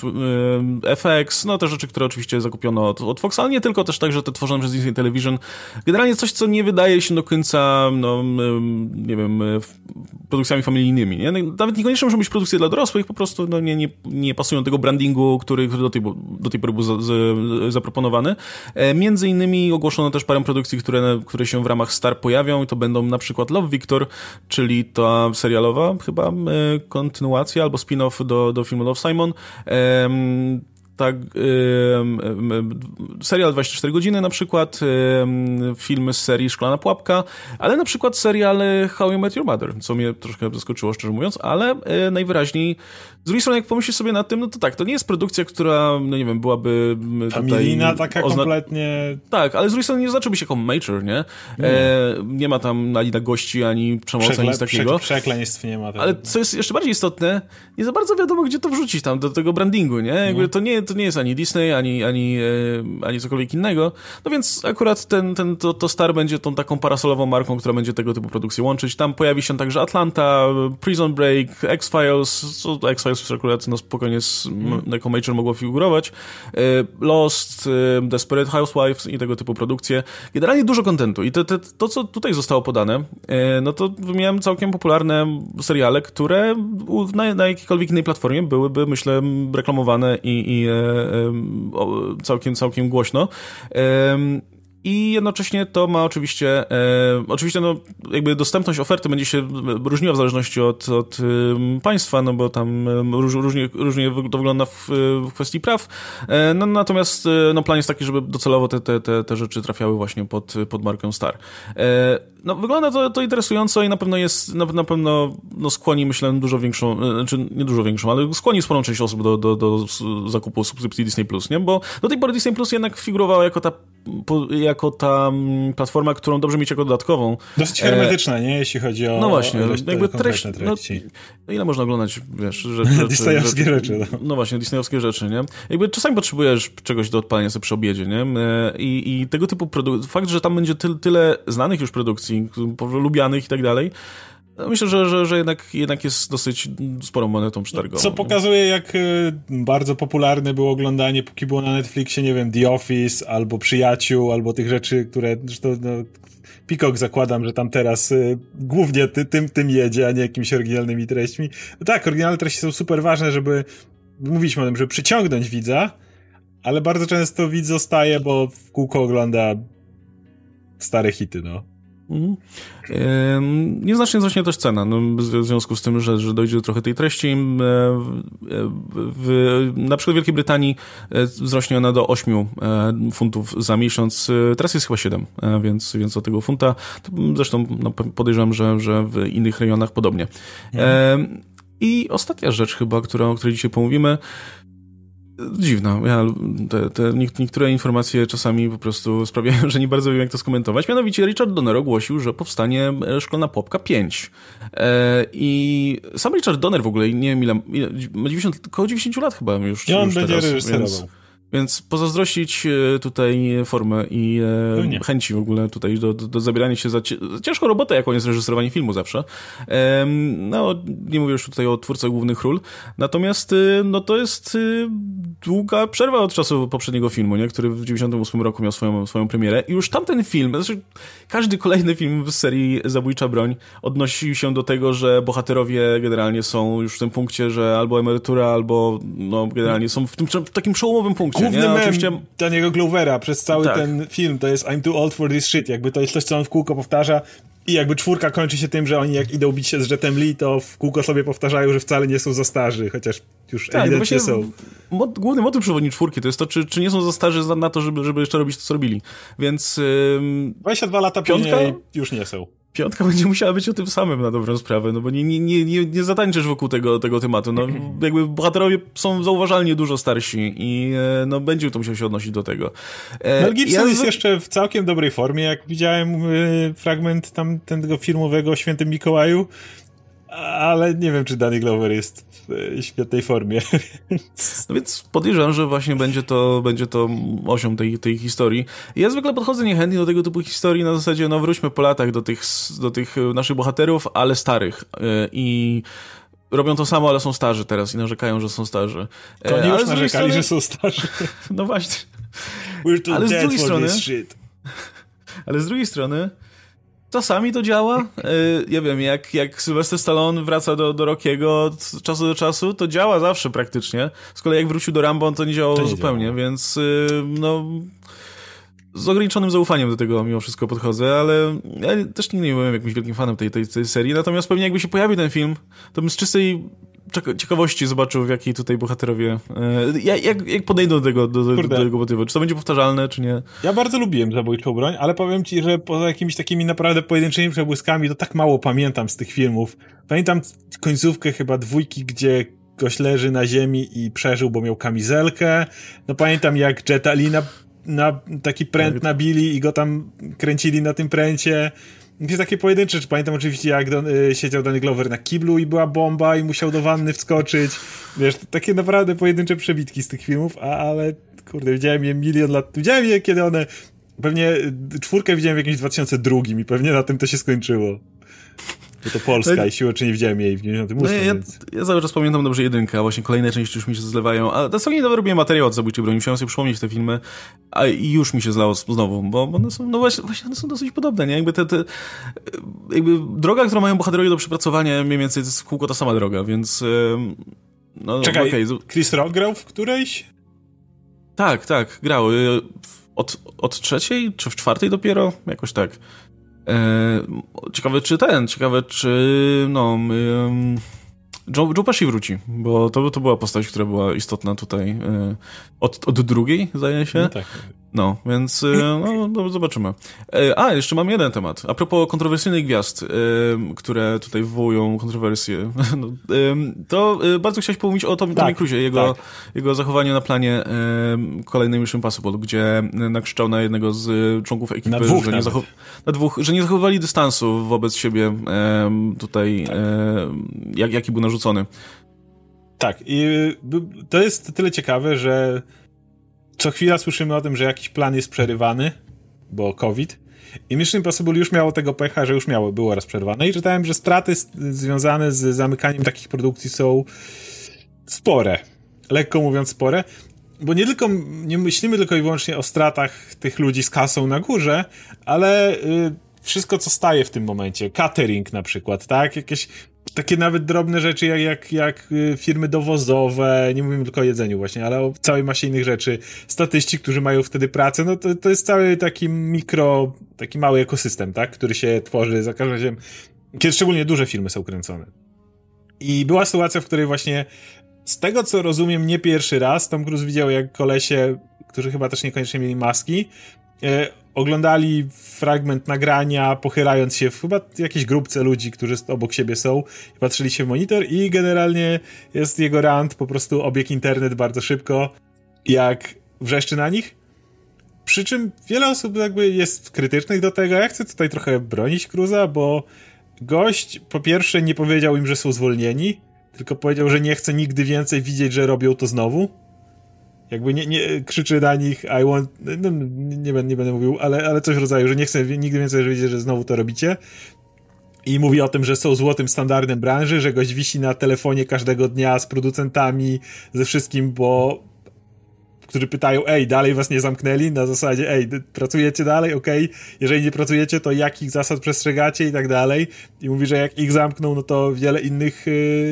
F X, no te rzeczy, które oczywiście zakupiono od, od Foxa, ale nie tylko, też także te tworzone przez Disney Television. Generalnie coś, co nie wydaje się do końca, no, nie wiem, produkcjami familijnymi. Nie? Nawet niekoniecznie muszą być produkcje dla dorosłych, po prostu no, nie, nie, nie pasują do tego brandingu, który, który do, tej, do tej pory był z, z, zaproponowany. Między innymi ogłoszono też parę produkcji, które, które się w ramach Star pojawią i to będą na przykład Love, Victor, czyli ta serialowa chyba kontynuacja albo spin-off do do filmu Love, Simon. Um, tak, um, um, serial dwadzieścia cztery godziny na przykład, um, filmy z serii Szklana Pułapka, ale na przykład serial How I Met Your Mother, co mnie troszkę zaskoczyło, szczerze mówiąc, ale e, najwyraźniej z drugiej strony, jak pomyślisz sobie nad tym, no to tak, to nie jest produkcja, która, no nie wiem, byłaby familijna, tutaj taka ozna... kompletnie... Tak, ale z drugiej strony nie znaczyłby się jako major, nie? E, nie ma tam ani na gości, ani przemocy, Przekle... nic takiego. Przekleństw nie ma. Tak. Ale co jest jeszcze bardziej istotne, nie za bardzo wiadomo, gdzie to wrzucić tam, do tego brandingu, nie? Jakby no. to, nie to nie jest ani Disney, ani, ani, e, ani cokolwiek innego. No więc akurat ten, ten, to, to Star będzie tą taką parasolową marką, która będzie tego typu produkcje łączyć. Tam pojawi się także Atlanta, Prison Break, X-Files, co X-Files akurat no spokojnie z, mm. jako major mogło figurować, Lost, Desperate Housewives i tego typu produkcje. Generalnie dużo kontentu i te, te, to, co tutaj zostało podane, no to wymieniałem całkiem popularne seriale, które na, na jakiejkolwiek innej platformie byłyby, myślę, reklamowane i, i całkiem, całkiem głośno. I jednocześnie to ma oczywiście, e, oczywiście no jakby dostępność oferty będzie się różniła w zależności od, od e, państwa, no bo tam róż, różnie, różnie to wygląda w, w kwestii praw. E, no, natomiast e, no, plan jest taki, żeby docelowo te, te, te, te rzeczy trafiały właśnie pod, pod markę Star. E, no wygląda to, to interesująco i na pewno jest, na, na pewno no, skłoni, myślę, dużo większą, znaczy nie dużo większą, ale skłoni sporą część osób do, do, do zakupu subskrypcji Disney Plus, nie? Bo do tej pory Disney Plus jednak figurowała jako ta jako ta platforma, którą dobrze mieć jako dodatkową. Dosyć hermetyczna, nie? Jeśli chodzi o... No właśnie, o jakby treść, treści. No, ile można oglądać, wiesz, rzeczy... Disneyowskie rzeczy, no. No właśnie, Disneyowskie rzeczy, nie? Jakby czasami potrzebujesz czegoś do odpalenia sobie przy obiedzie, nie? I, i tego typu produkcji, fakt, że tam będzie ty, tyle znanych już produkcji, lubianych i tak dalej, myślę, że, że, że jednak, jednak jest dosyć sporą monetą przetargową. Co pokazuje, jak bardzo popularne było oglądanie, póki było na Netflixie, nie wiem, The Office, albo Przyjaciół, albo tych rzeczy, które... Zresztą, no, Peacock zakładam, że tam teraz y, głównie ty, tym, tym jedzie, a nie jakimiś oryginalnymi treściami. No tak, oryginalne treści są super ważne, żeby... Mówiliśmy o tym, żeby przyciągnąć widza, ale bardzo często widz zostaje, bo w kółko ogląda stare hity, no. Mhm. Nieznacznie wzrośnie też cena, no, w związku z tym, że, że dojdzie do trochę tej treści. W, w, na przykład w Wielkiej Brytanii wzrośnie ona do ośmiu funtów za miesiąc, teraz jest chyba siedem, więc, więc od tego funta. Zresztą no, podejrzewam, że, że w innych rejonach podobnie. Mhm. I ostatnia rzecz chyba, która, o której dzisiaj pomówimy, dziwna. Ja, te, te niektóre informacje czasami po prostu sprawiają, że nie bardzo wiem, jak to skomentować. Mianowicie Richard Donner ogłosił, że powstanie Szkolna Pułapka pięć. E, I sam Richard Donner w ogóle, nie wiem ile, ma dziewięćdziesiąt, około dziewięćdziesiąt lat chyba już. I on już będzie teraz, reżyserował. Więc, więc pozazdrościć tutaj formę i e, chęci w ogóle tutaj do, do, do zabierania się za, za ciężką robotę, jaką jest reżyserowanie filmu zawsze. E, no, nie mówię już tutaj o twórcach głównych ról. Natomiast no to jest długa przerwa od czasu poprzedniego filmu, nie? Który w dziewięćdziesiątym ósmym roku miał swoją, swoją premierę. I już tamten film, znaczy każdy kolejny film w serii Zabójcza broń odnosi się do tego, że bohaterowie generalnie są już w tym punkcie, że albo emerytura, albo no generalnie są w tym w takim przełomowym punkcie. Główny nie? mem Oczywiście... Daniego Glovera przez cały tak. ten film to jest I'm too old for this shit. Jakby to jest coś, co on w kółko powtarza i jakby czwórka kończy się tym, że oni jak idą bić się z Jetem Lee, to w kółko sobie powtarzają, że wcale nie są za starzy, chociaż już tak, ewidentnie są. Mo- główny motyw przewodni czwórki to jest to, czy, czy nie są za starzy na to, żeby, żeby jeszcze robić to, co robili. Więc... Ym... dwadzieścia dwa lata piątka? Później już nie są. Piątka będzie musiała być o tym samym na dobrą sprawę, no bo nie, nie, nie, nie, nie zatańczysz wokół tego, tego tematu. No, jakby bohaterowie są zauważalnie dużo starsi i no, będzie to musiał się odnosić do tego. Mel Gibson ja... jest jeszcze w całkiem dobrej formie, jak widziałem y, fragment tam tego filmowego o Świętym Mikołaju, ale nie wiem, czy Danny Glover jest w świetnej formie. No więc podejrzewam, że właśnie będzie to, będzie to osią tej, tej historii. Ja zwykle podchodzę niechętnie do tego typu historii na zasadzie, no wróćmy po latach do tych, do tych naszych bohaterów, ale starych. I robią to samo, ale są starzy teraz i narzekają, że są starzy. To oni już narzekali, strony... że są starzy. No właśnie. We're too ale dead z drugiej for strony, this shit. Ale z drugiej strony czasami to działa. Ja wiem, jak, jak Sylvester Stallone wraca do, do Rockiego od czasu do czasu, to działa zawsze praktycznie. Z kolei jak wrócił do Rambo, to nie działało to nie zupełnie, działa. Więc no... z ograniczonym zaufaniem do tego mimo wszystko podchodzę, ale ja też nigdy nie byłem jakimś wielkim fanem tej, tej, tej serii, natomiast pewnie jakby się pojawił ten film, to bym z czystej ciekawości zobaczył, w jakiej tutaj bohaterowie jak, jak, jak podejdą do tego, do, do, do tego motywu. Czy to będzie powtarzalne, czy nie? Ja bardzo lubiłem Zabójczą broń, ale powiem ci, że poza jakimiś takimi naprawdę pojedynczymi przebłyskami to tak mało pamiętam z tych filmów. Pamiętam końcówkę chyba dwójki, gdzie gość leży na ziemi i przeżył, bo miał kamizelkę. No pamiętam jak Jeta Lee na, na taki pręt nabili i go tam kręcili na tym pręcie. Jakieś takie pojedyncze, czy pamiętam oczywiście jak Don, y, siedział Danny Glover na kiblu i była bomba i musiał do wanny wskoczyć. Wiesz, takie naprawdę pojedyncze przebitki z tych filmów, a, ale kurde, widziałem je milion lat, widziałem je kiedy one, pewnie czwórkę widziałem w jakimś dwa tysiące drugim i pewnie na tym to się skończyło. Bo to Polska no, i siłą czy nie widziałem jej w dziewięćdziesiątym ósmym, no, ja, więc... ja cały czas pamiętam dobrze jedynkę, a właśnie kolejne części już mi się zlewają. A to sobie niedawno robiłem materiał od Zabójczej broni, musiałem sobie przypomnieć te filmy, a i już mi się zlało znowu, bo one są, no właśnie, właśnie one są dosyć podobne, nie? Jakby te, te jakby droga, którą mają bohaterowie do przepracowania, mniej więcej to jest w kółko ta sama droga, więc no, czekaj, okay. Chris Rock grał w którejś? Tak, tak, grał. Od, od trzeciej, czy w czwartej dopiero? Jakoś tak. Ciekawe czy ten, ciekawe czy no um, Joe, Joe Pesci wróci, bo to, to była postać, która była istotna tutaj od, od drugiej, zdaje się. No tak. No, więc no, no, zobaczymy. A, jeszcze mam jeden temat. A propos kontrowersyjnych gwiazd, które tutaj wywołują kontrowersje, to bardzo chciałeś pomówić o Tomie tak, Cruise'ie, jego, tak. jego zachowaniu na planie kolejnej Mission Impossible, gdzie nakrzyczał na jednego z członków ekipy, na dwóch, że, nie zachow- na dwóch, że nie zachowywali dystansu wobec siebie tutaj, tak. jak, jaki był narzucony. Tak, i to jest tyle ciekawe, że co chwila słyszymy o tym, że jakiś plan jest przerywany, bo COVID. I Mission Impossible już miało tego pecha, że już miało, było raz przerwane. I czytałem, że straty związane z zamykaniem takich produkcji są spore. Lekko mówiąc spore. Bo nie tylko, nie myślimy tylko i wyłącznie o stratach tych ludzi z kasą na górze, ale y, wszystko, co staje w tym momencie. Catering na przykład, tak? Jakieś takie nawet drobne rzeczy jak, jak, jak firmy dowozowe, nie mówimy tylko o jedzeniu właśnie, ale o całej masie innych rzeczy, statyści, którzy mają wtedy pracę, no to, to jest cały taki mikro, taki mały ekosystem, tak, który się tworzy za każdym razem, kiedy szczególnie duże filmy są kręcone. I była sytuacja, w której właśnie z tego, co rozumiem, nie pierwszy raz Tom Cruise widział, jak kolesie, którzy chyba też niekoniecznie mieli maski, e, oglądali fragment nagrania, pochylając się w chyba jakiejś grupce ludzi, którzy obok siebie są, i patrzyli się w monitor i generalnie jest jego rant, po prostu obiegł internet bardzo szybko, jak wrzeszczy na nich. Przy czym wiele osób jakby jest krytycznych do tego. Ja chcę tutaj trochę bronić Cruise'a, bo gość po pierwsze nie powiedział im, że są zwolnieni, tylko powiedział, że nie chce nigdy więcej widzieć, że robią to znowu. Jakby nie, nie krzyczy na nich I want, no, nie, nie, nie będę mówił, ale, ale coś w rodzaju, że nie chce nigdy więcej widzieć, że znowu to robicie. I mówi o tym, że są złotym standardem branży, że gość wisi na telefonie każdego dnia z producentami, ze wszystkim, bo którzy pytają, ej, dalej was nie zamknęli? Na zasadzie, ej, pracujecie dalej? Okej. Okay. Jeżeli nie pracujecie, to jakich zasad przestrzegacie i tak dalej. I mówi, że jak ich zamkną, no to wiele innych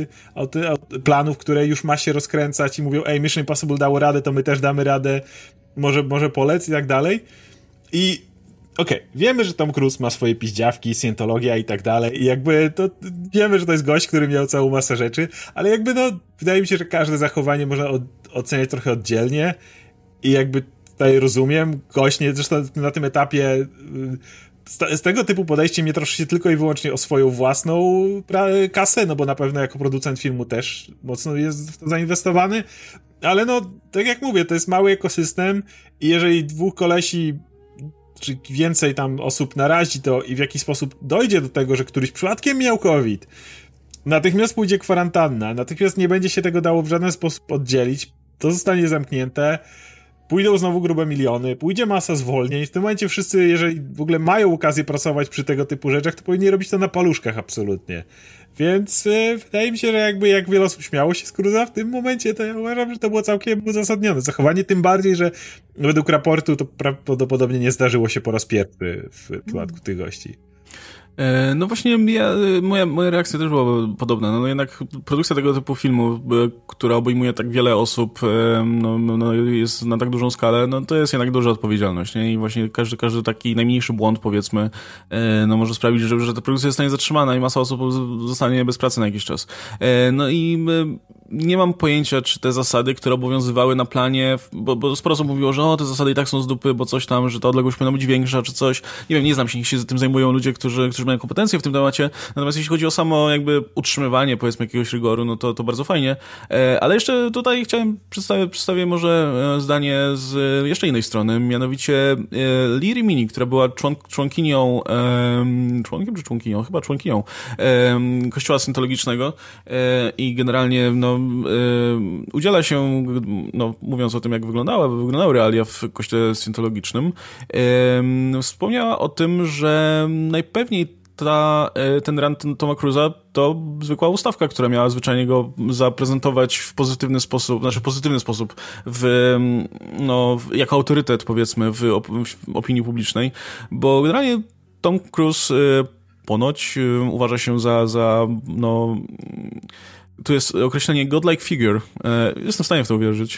yy, planów, które już ma się rozkręcać i mówią, ej, Mission Impossible dało radę, to my też damy radę, może, może polec i tak dalej. I okej, okay, wiemy, że Tom Cruise ma swoje piździawki, Scientologia i tak dalej i jakby to wiemy, że to jest gość, który miał całą masę rzeczy, ale jakby no, wydaje mi się, że każde zachowanie można od, oceniać trochę oddzielnie i jakby tutaj rozumiem, gość nie, zresztą na tym etapie z, z tego typu podejściem nie troszczy się tylko i wyłącznie o swoją własną pra- kasę, no bo na pewno jako producent filmu też mocno jest w to zainwestowany, ale no, tak jak mówię, to jest mały ekosystem i jeżeli dwóch kolesi czy więcej tam osób narazi to i w jakiś sposób dojdzie do tego, że któryś przypadkiem miał COVID, natychmiast pójdzie kwarantanna, natychmiast nie będzie się tego dało w żaden sposób oddzielić, to zostanie zamknięte, pójdą znowu grube miliony, pójdzie masa zwolnień, w tym momencie wszyscy, jeżeli w ogóle mają okazję pracować przy tego typu rzeczach, to powinni robić to na paluszkach absolutnie. Więc yy, wydaje mi się, że jakby jak wiele osób śmiało się z Cruise'a w tym momencie, to ja uważam, że to było całkiem uzasadnione zachowanie, tym bardziej, że według raportu to prawdopodobnie nie zdarzyło się po raz pierwszy w przypadku tych gości. No właśnie, ja, moja, moja reakcja też była podobna. No jednak produkcja tego typu filmu, która obejmuje tak wiele osób, no, no jest na tak dużą skalę, no to jest jednak duża odpowiedzialność, nie? I właśnie każdy, każdy taki najmniejszy błąd, powiedzmy, no może sprawić, że, że ta produkcja zostanie zatrzymana i masa osób zostanie bez pracy na jakiś czas. No i nie mam pojęcia, czy te zasady, które obowiązywały na planie, bo, bo sporo osób mówiło, że o, te zasady i tak są z dupy, bo coś tam, że ta odległość powinna być większa, czy coś. Nie wiem, nie znam się, niech się tym zajmują ludzie, którzy, którzy mają kompetencje w tym temacie. Natomiast jeśli chodzi o samo jakby utrzymywanie, powiedzmy, jakiegoś rygoru, no to, to bardzo fajnie. Ale jeszcze tutaj chciałem przedstawić, przedstawię może zdanie z jeszcze innej strony, mianowicie Lee Rimini, która była członk, członkinią, członkiem czy członkinią? Chyba członkinią Kościoła Scientologicznego i generalnie, no, udziela się, no, mówiąc o tym, jak wyglądała, wyglądały realia w kościele scientologicznym, wspomniała o tym, że najpewniej ta, ten rant Toma Cruise'a to zwykła ustawka, która miała zwyczajnie go zaprezentować w pozytywny sposób, znaczy w pozytywny sposób w, no, jako autorytet, powiedzmy, w, op w opinii publicznej, bo generalnie Tom Cruise ponoć uważa się za, za no, tu jest określenie godlike figure. Jestem w stanie w to uwierzyć.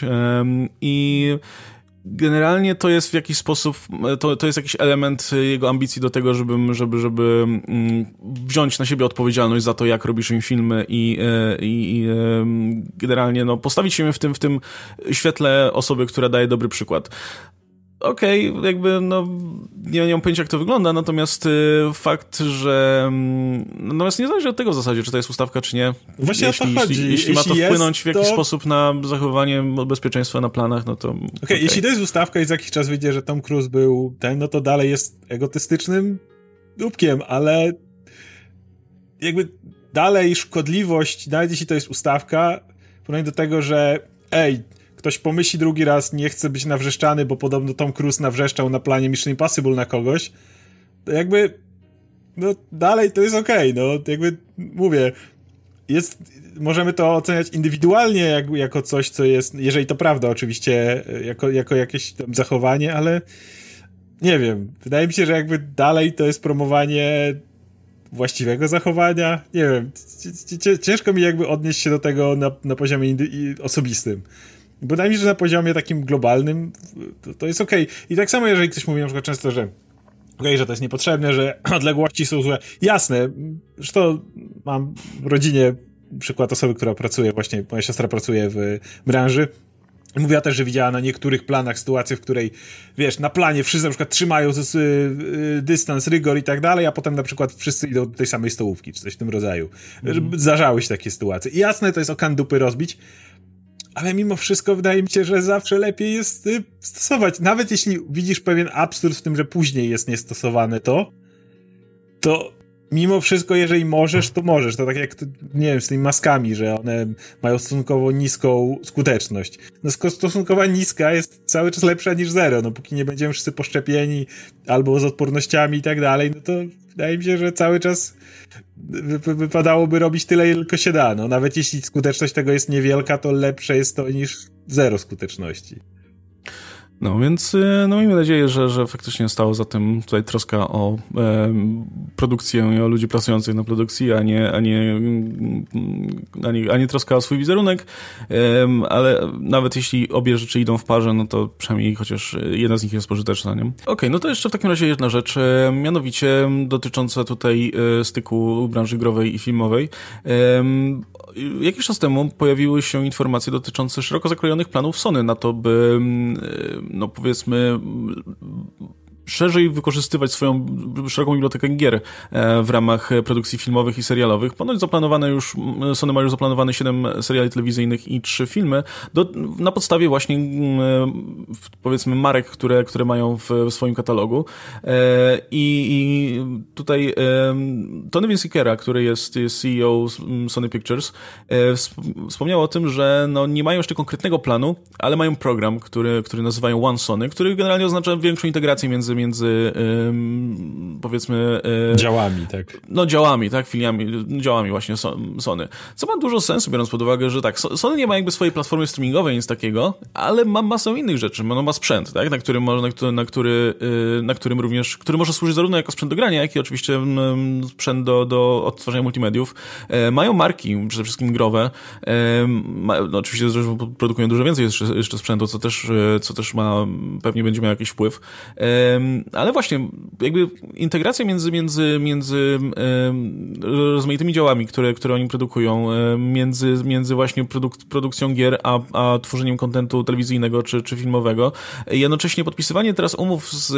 I generalnie to jest w jakiś sposób, to, to jest jakiś element jego ambicji do tego, żeby, żeby, żeby wziąć na siebie odpowiedzialność za to, jak robisz im filmy i, i, i generalnie no, postawić się w tym, w tym świetle osoby, która daje dobry przykład. Okej, okay, jakby no nie, nie mam pojęcia, jak to wygląda, natomiast y, fakt, że natomiast nie zależy od tego w zasadzie, czy to jest ustawka, czy nie. Właśnie jeśli, o to chodzi. Jeśli, jeśli, jeśli ma to wpłynąć jest, w jakiś to... sposób na zachowanie bezpieczeństwa na planach, no to... Okej, okay, okay. Jeśli to jest ustawka i za jakiś czas wyjdzie, że Tom Cruise był ten, no to dalej jest egotystycznym dupkiem, ale jakby dalej szkodliwość, nawet jeśli to jest ustawka, w porównaniu do tego, że ej, ktoś pomyśli drugi raz, nie chce być nawrzeszczany, bo podobno Tom Cruise nawrzeszczał na planie Mission Impossible na kogoś, to jakby no dalej to jest okej, okay, no jakby mówię, jest, możemy to oceniać indywidualnie jak, jako coś, co jest, jeżeli to prawda oczywiście, jako, jako jakieś tam zachowanie, ale nie wiem, wydaje mi się, że jakby dalej to jest promowanie właściwego zachowania. Nie wiem, ciężko mi jakby odnieść się do tego na, na poziomie indy- osobistym. Bo wydaje mi się, że na poziomie takim globalnym to, to jest okej. Okay. I tak samo, jeżeli ktoś mówi na przykład często, że okej, okay, że to jest niepotrzebne, że odległości są złe. Jasne, zresztą mam w rodzinie przykład osoby, która pracuje, właśnie moja siostra pracuje w branży. Mówiła też, że widziała na niektórych planach sytuację, w której, wiesz, na planie wszyscy na przykład trzymają z, y, y, dystans, rygor i tak dalej, a potem na przykład wszyscy idą do tej samej stołówki, czy coś w tym rodzaju. Mm. Zdarzały się takie sytuacje. I jasne, to jest o kan dupy rozbić, ale mimo wszystko wydaje mi się, że zawsze lepiej jest y, stosować. Nawet jeśli widzisz pewien absurd w tym, że później jest niestosowane to, to mimo wszystko, jeżeli możesz, to możesz. To tak jak, nie wiem, z tymi maskami, że one mają stosunkowo niską skuteczność. No stosunkowo niska jest cały czas lepsza niż zero. No póki nie będziemy wszyscy poszczepieni albo z odpornościami i tak dalej, no to wydaje mi się, że cały czas wy- wypadałoby robić tyle, tylko się da. No nawet jeśli skuteczność tego jest niewielka, to lepsze jest to niż zero skuteczności. No więc no miejmy nadzieję, że, że faktycznie stało za tym tutaj troska o e, produkcję i o ludzi pracujących na produkcji, a nie, a nie, a nie, a nie troska o swój wizerunek, e, ale nawet jeśli obie rzeczy idą w parze, no to przynajmniej chociaż jedna z nich jest pożyteczna, nie? Okej, okay, no to jeszcze w takim razie jedna rzecz, e, mianowicie dotycząca tutaj e, styku branży growej i filmowej. E, jakiś czas temu pojawiły się informacje dotyczące szeroko zakrojonych planów Sony na to, by no powiedzmy szerzej wykorzystywać swoją szeroką bibliotekę gier w ramach produkcji filmowych i serialowych. Ponoć zaplanowane już, Sony ma już zaplanowane siedem seriali telewizyjnych i trzy filmy do, na podstawie właśnie powiedzmy marek, które, które mają w, w swoim katalogu. I, i tutaj Tony Vinciquerra, który jest, jest C E O Sony Pictures, wspomniał o tym, że no nie mają jeszcze konkretnego planu, ale mają program, który, który nazywają One Sony, który generalnie oznacza większą integrację między między ym, powiedzmy... Yy, działami, tak. No działami, tak, filiami, działami właśnie Sony. Co ma dużo sensu, biorąc pod uwagę, że tak, Sony nie ma jakby swojej platformy streamingowej, nic takiego, ale ma masę innych rzeczy. No ma sprzęt, tak, na którym, na, który, na, który, yy, na którym również, który może służyć zarówno jako sprzęt do grania, jak i oczywiście yy, sprzęt do, do odtwarzania multimediów. Yy, mają marki, przede wszystkim growe. Yy, ma, no, oczywiście produkują dużo więcej jeszcze, jeszcze sprzętu, co też, yy, co też ma, pewnie będzie miał jakiś wpływ. Yy, ale właśnie, jakby integracja między, między, między e, rozmaitymi działami, które, które oni produkują, e, między, między właśnie produk- produkcją gier, a, a tworzeniem kontentu telewizyjnego czy, czy filmowego. I jednocześnie podpisywanie teraz umów z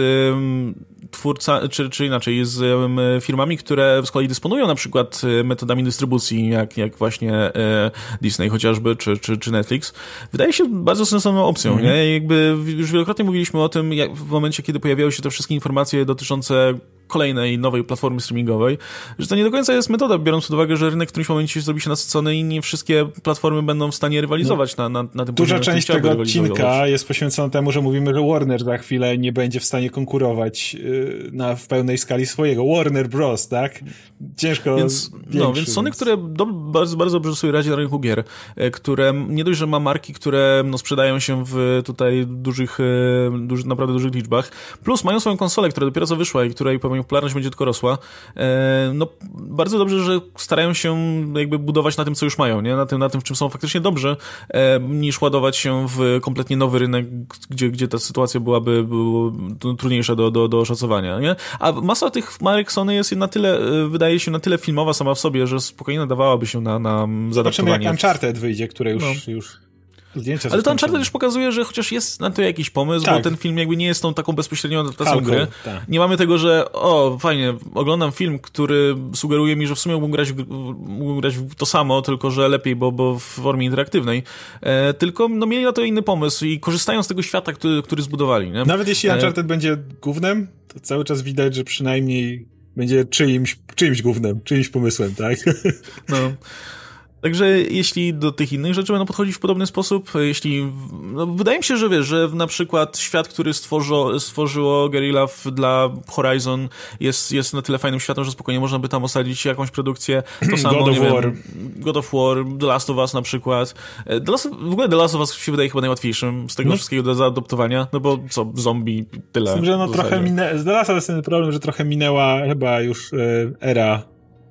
e, twórca, czy, czy inaczej, z e, firmami, które z kolei dysponują na przykład metodami dystrybucji, jak, jak właśnie e, Disney chociażby, czy, czy, czy Netflix, wydaje się bardzo sensowną opcją. Mm-hmm. Nie? Jakby już wielokrotnie mówiliśmy o tym, jak w momencie, kiedy pojawiały się te wszystkie informacje dotyczące kolejnej nowej platformy streamingowej, że to nie do końca jest metoda, biorąc pod uwagę, że rynek w którymś momencie zrobi się nasycony i nie wszystkie platformy będą w stanie rywalizować no. na, na, na tym Duża poziomie. Część tego odcinka jest poświęcona temu, że mówimy, że Warner za chwilę nie będzie w stanie konkurować yy, na, w pełnej skali swojego. Warner Bros., tak? Ciężko. Więc, no, więc Sony, więc... które do, bardzo, bardzo dobrze sobie radzi na rynku gier, które nie dość, że ma marki, które no, sprzedają się w tutaj dużych, duży, naprawdę dużych liczbach, plus mają swoją konsolę, która dopiero co wyszła i której pewnie popularność będzie tylko rosła. No, bardzo dobrze, że starają się jakby budować na tym, co już mają, nie? Na tym, na tym, w czym są faktycznie dobrzy, niż ładować się w kompletnie nowy rynek, gdzie, gdzie ta sytuacja byłaby, byłaby trudniejsza do, do, do oszacowania, nie? A masa tych marek Sony jest na tyle, wydaje się na tyle filmowa sama w sobie, że spokojnie nadawałaby się na, na zaadaptowanie. Zobaczymy, jak Uncharted wyjdzie, które już... No. już... Zdjęcia ale to Uncharted już pokazuje, że chociaż jest na to jakiś pomysł, tak. Bo ten film jakby nie jest tą taką bezpośrednią adaptacją Halką, gry. Tak. Nie mamy tego, że o, fajnie, oglądam film, który sugeruje mi, że w sumie mógłbym grać w, mógłbym grać w to samo, tylko że lepiej, bo, bo w formie interaktywnej. E, tylko no, mieli na to inny pomysł i korzystają z tego świata, który, który zbudowali. Nie? Nawet jeśli Uncharted e... będzie gównem, to cały czas widać, że przynajmniej będzie czyimś, czyimś gównem, czyimś pomysłem, tak? No. Także jeśli do tych innych rzeczy będą podchodzić w podobny sposób, jeśli... No, wydaje mi się, że wiesz, że na przykład świat, który stworzyło, stworzyło Guerrilla dla Horizon jest, jest na tyle fajnym światem, że spokojnie można by tam osadzić jakąś produkcję. To samo, God of nie War. Wiem, God of War, The Last of Us na przykład. The Last, w ogóle The Last of Us się wydaje chyba najłatwiejszym z tego no. wszystkiego do zaadoptowania, no bo co, zombie, tyle. Z tym, że no trochę minę... The Last of Us jest ten problem, że trochę minęła chyba już e, era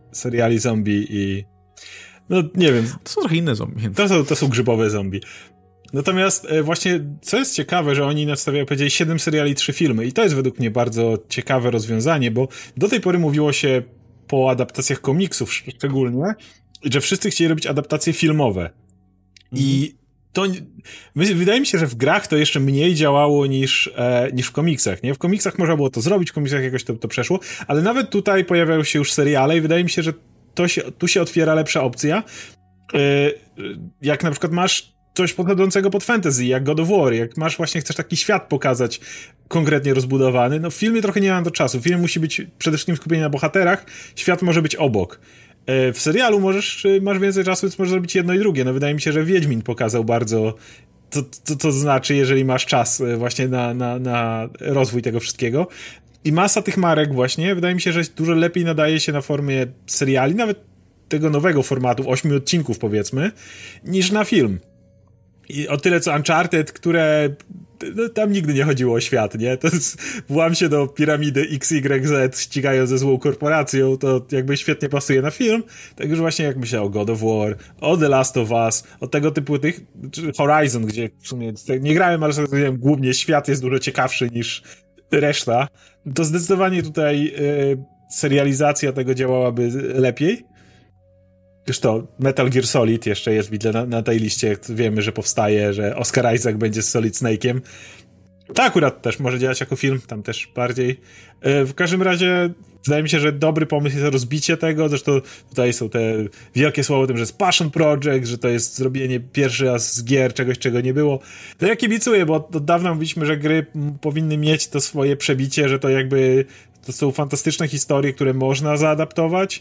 seriali zombie i no nie wiem. To są trochę inne zombie. To są, to są grzybowe zombie. Natomiast właśnie, co jest ciekawe, że oni nastawiają, powiedzieli, siedem seriali, trzy filmy i to jest według mnie bardzo ciekawe rozwiązanie, bo do tej pory mówiło się po adaptacjach komiksów szczególnie, że wszyscy chcieli robić adaptacje filmowe. Mm. I to wydaje mi się, że w grach to jeszcze mniej działało niż, e, niż w komiksach, nie? W komiksach można było to zrobić, w komiksach jakoś to, to przeszło, ale nawet tutaj pojawiają się już seriale i wydaje mi się, że to się, tu się otwiera lepsza opcja. E, jak na przykład masz coś podchodzącego pod fantasy, jak God of War, jak masz właśnie, chcesz taki świat pokazać konkretnie rozbudowany, no w filmie trochę nie mam do czasu. Film musi być przede wszystkim skupienie na bohaterach, świat może być obok. W serialu możesz, masz więcej czasu, więc możesz zrobić jedno i drugie. No wydaje mi się, że Wiedźmin pokazał bardzo, co to, to znaczy, jeżeli masz czas właśnie na, na, na rozwój tego wszystkiego. I masa tych marek właśnie, wydaje mi się, że dużo lepiej nadaje się na formie seriali, nawet tego nowego formatu, ośmiu odcinków powiedzmy, niż na film. I o tyle co Uncharted, które no, tam nigdy nie chodziło o świat, nie? To jest, włam się do piramidy X Y Z, ścigają ze złą korporacją, to jakby świetnie pasuje na film. Tak już właśnie jak myślę o God of War, o The Last of Us, o tego typu tych, Horizon, gdzie w sumie nie grałem, ale sobie wiem, głównie świat jest dużo ciekawszy niż reszta. To zdecydowanie tutaj y, serializacja tego działałaby lepiej. Już to, Metal Gear Solid jeszcze jest, widzę, na, na tej liście wiemy, że powstaje, że Oscar Isaac będzie z Solid Snake'iem. To akurat też może działać jako film, tam też bardziej. W każdym razie wydaje mi się, że dobry pomysł jest rozbicie tego, zresztą tutaj są te wielkie słowa o tym, że jest Passion Project, że to jest zrobienie pierwszy raz z gier czegoś, czego nie było. To ja kibicuję, bo od dawna mówiliśmy, że gry powinny mieć to swoje przebicie, że to jakby to są fantastyczne historie, które można zaadaptować.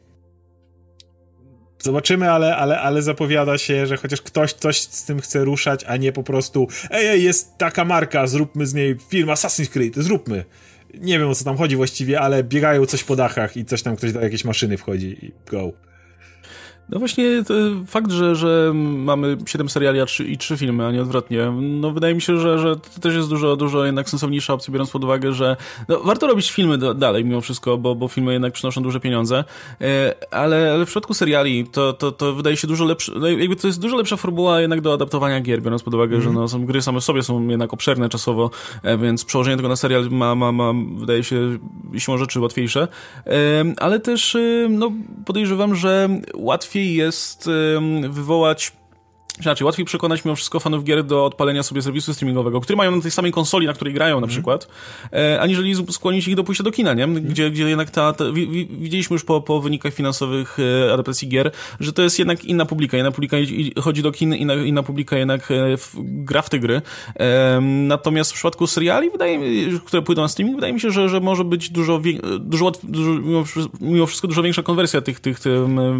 Zobaczymy, ale, ale, ale zapowiada się, że chociaż ktoś coś z tym chce ruszać, a nie po prostu ej, ej, jest taka marka, zróbmy z niej film Assassin's Creed, zróbmy. Nie wiem, o co tam chodzi właściwie, ale biegają coś po dachach i coś tam, ktoś do jakiejś maszyny wchodzi i go. No właśnie fakt, że, że mamy siedem seriali a trzy, i trzy filmy, a nie odwrotnie, no wydaje mi się, że, że to też jest dużo, dużo jednak sensowniejsza opcja, biorąc pod uwagę, że no, warto robić filmy do, dalej mimo wszystko, bo, bo filmy jednak przynoszą duże pieniądze, ale, ale w przypadku seriali to, to, to wydaje się dużo lepsze, no jakby to jest dużo lepsza formuła jednak do adaptowania gier, biorąc pod uwagę, mm. że no, są, gry same w sobie są jednak obszerne czasowo, więc przełożenie tego na serial ma, ma, ma wydaje się siłą rzeczy łatwiejsze, ale też no, podejrzewam, że łatwiej jest wywołać, znaczy łatwiej przekonać mimo wszystko fanów gier do odpalenia sobie serwisu streamingowego, który mają na tej samej konsoli, na której grają na przykład, mm. aniżeli skłonić ich do pójścia do kina, nie? Gdzie, gdzie jednak ta, ta widzieliśmy już po, po wynikach finansowych adaptacji gier, że to jest jednak inna publika, inna publika chodzi do kin, inna, inna publika jednak gra w te gry. Natomiast w przypadku seriali, wydaje mi, które pójdą na streaming, wydaje mi się, że, że może być dużo, dużo, dużo mimo wszystko dużo większa konwersja tych, tych, tych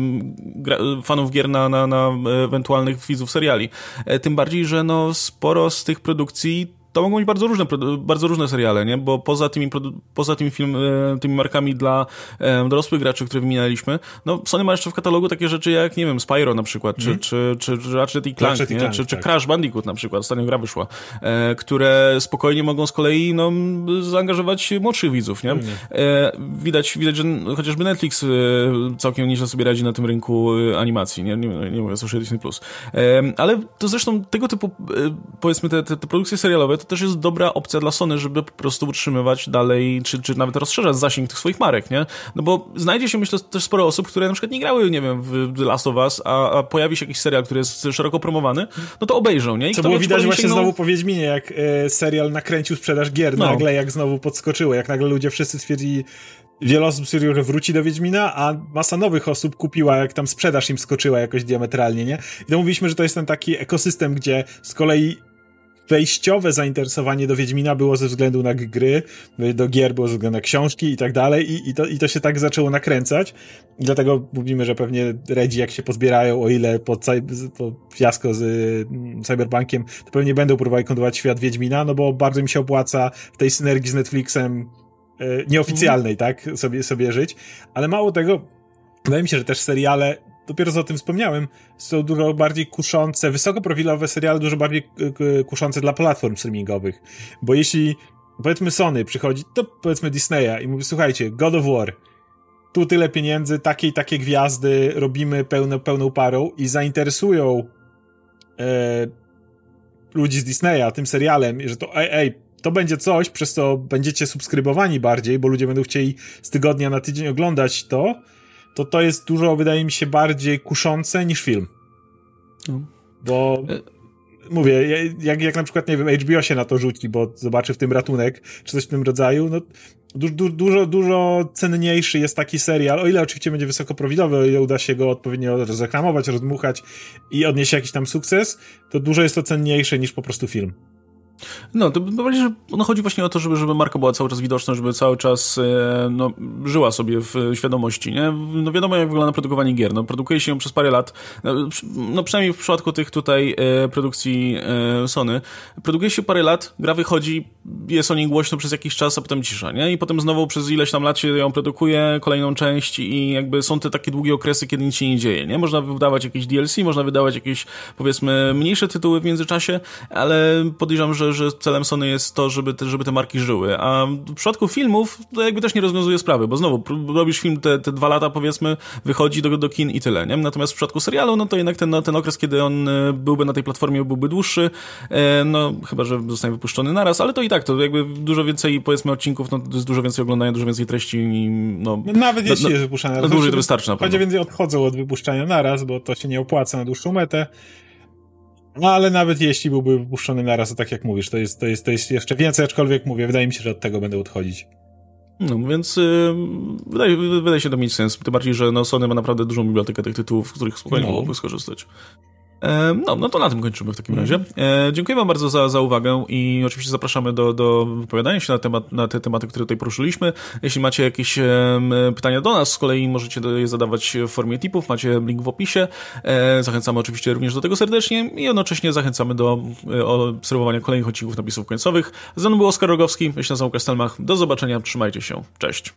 gra, fanów gier na, na, na ewentualnych widzów seriali. Tym bardziej, że no sporo z tych produkcji to mogą być bardzo różne, bardzo różne seriale, nie? Bo poza tymi, poza tymi, film, tymi markami dla e, dorosłych graczy, które wymienialiśmy, no Sony ma jeszcze w katalogu takie rzeczy jak, nie wiem, Spyro na przykład, mm. czy, czy, czy Ratchet i Clank, nie? Clank, czy, czy tak. Crash Bandicoot na przykład, ostatnio gra wyszła, e, które spokojnie mogą z kolei no, zaangażować młodszych widzów, nie? Mm. E, widać, widać, że chociażby Netflix e, całkiem nieźle sobie radzi na tym rynku animacji, nie, nie, nie mówię o Disney plus. E, ale to zresztą tego typu, e, powiedzmy, te, te, te produkcje serialowe to też jest dobra opcja dla Sony, żeby po prostu utrzymywać dalej, czy, czy nawet rozszerzać zasięg tych swoich marek, nie? No bo znajdzie się, myślę, też sporo osób, które na przykład nie grały, nie wiem, w The Last of Us, a, a pojawi się jakiś serial, który jest szeroko promowany, no to obejrzą, nie? I co było widać właśnie sięgną... znowu po Wiedźminie, jak e, serial nakręcił sprzedaż gier, no. nagle jak znowu podskoczyło, jak nagle ludzie wszyscy stwierdzili, wiele osób stwierdziło, że wróci do Wiedźmina, a masa nowych osób kupiła, jak tam sprzedaż im skoczyła jakoś diametralnie, nie? I to mówiliśmy, że to jest ten taki ekosystem, gdzie z kolei wejściowe zainteresowanie do Wiedźmina było ze względu na gry, do gier było ze względu na książki i tak dalej i, i, to, i to się tak zaczęło nakręcać i dlatego mówimy, że pewnie Redzi jak się pozbierają, o ile po, po fiasko z y, Cyberpunkiem, to pewnie będą próbowali kontynuować świat Wiedźmina, no bo bardzo mi się opłaca w tej synergii z Netflixem y, nieoficjalnej, mm. tak, sobie, sobie żyć, ale mało tego, wydaje mi się, że też seriale dopiero co o tym wspomniałem, są dużo bardziej kuszące, wysokoprofilowe seriale dużo bardziej kuszące dla platform streamingowych. Bo jeśli, powiedzmy Sony przychodzi, to powiedzmy Disneya i mówi, słuchajcie, God of War, tu tyle pieniędzy, takie i takie gwiazdy, robimy pełno, pełną parą i zainteresują e, ludzi z Disneya tym serialem, że to ej, ej, to będzie coś, przez co będziecie subskrybowani bardziej, bo ludzie będą chcieli z tygodnia na tydzień oglądać to, to to jest dużo, wydaje mi się, bardziej kuszące niż film. Hmm. Bo mówię, jak, jak na przykład, nie wiem, H B O się na to rzuci, bo zobaczy w tym ratunek, czy coś w tym rodzaju, no du, du, dużo, dużo cenniejszy jest taki serial, o ile oczywiście będzie wysokoprofilowy, o ile uda się go odpowiednio rozreklamować, rozdmuchać i odniesie jakiś tam sukces, to dużo jest to cenniejsze niż po prostu film. No, to bardziej, że ono chodzi właśnie o to, żeby, żeby marka była cały czas widoczna, żeby cały czas e, no, żyła sobie w świadomości, nie? No wiadomo, jak wygląda produkowanie gier. No, produkuje się ją przez parę lat, no, no przynajmniej w przypadku tych tutaj e, produkcji e, Sony, produkuje się parę lat, gra wychodzi, jest o niej głośno przez jakiś czas, a potem cisza, nie? I potem znowu przez ileś tam lat się ją produkuje, kolejną część i jakby są te takie długie okresy, kiedy nic się nie dzieje, nie? Można wydawać jakieś D L C, można wydawać jakieś, powiedzmy, mniejsze tytuły w międzyczasie, ale podejrzewam, że że celem Sony jest to, żeby te, żeby te marki żyły. A w przypadku filmów to jakby też nie rozwiązuje sprawy, bo znowu robisz film te, te dwa lata, powiedzmy, wychodzi do, do kin i tyle, nie? Natomiast w przypadku serialu, no to jednak ten, ten okres, kiedy on byłby na tej platformie, byłby dłuższy, no chyba, że zostanie wypuszczony naraz, ale to i tak, to jakby dużo więcej, powiedzmy, odcinków, no to jest dużo więcej oglądania, dużo więcej treści i no... no nawet jeśli no, jest wypuszczane naraz. No dłużej to wystarczy na pewno. Choć więcej odchodzą od wypuszczania naraz, bo to się nie opłaca na dłuższą metę. No ale nawet jeśli byłby wypuszczony naraz, to tak jak mówisz, to jest, to jest, to jest jeszcze więcej, aczkolwiek mówię, wydaje mi się, że od tego będę odchodzić. No więc yy, wydaje, wydaje się to mieć sens, tym bardziej, że no, Sony ma naprawdę dużą bibliotekę tych tytułów, z których spokojnie no. mogłoby skorzystać. No, no to na tym kończymy w takim razie. E, dziękuję wam bardzo za, za uwagę i oczywiście zapraszamy do, do wypowiadania się na, temat, na te tematy, które tutaj poruszyliśmy. Jeśli macie jakieś e, pytania do nas, z kolei możecie je zadawać w formie tipów, macie link w opisie. E, zachęcamy oczywiście również do tego serdecznie i jednocześnie zachęcamy do e, obserwowania kolejnych odcinków napisów końcowych. Ze mną był Oskar Rogowski, ja się nazywam Kastelmach. Do zobaczenia, trzymajcie się. Cześć.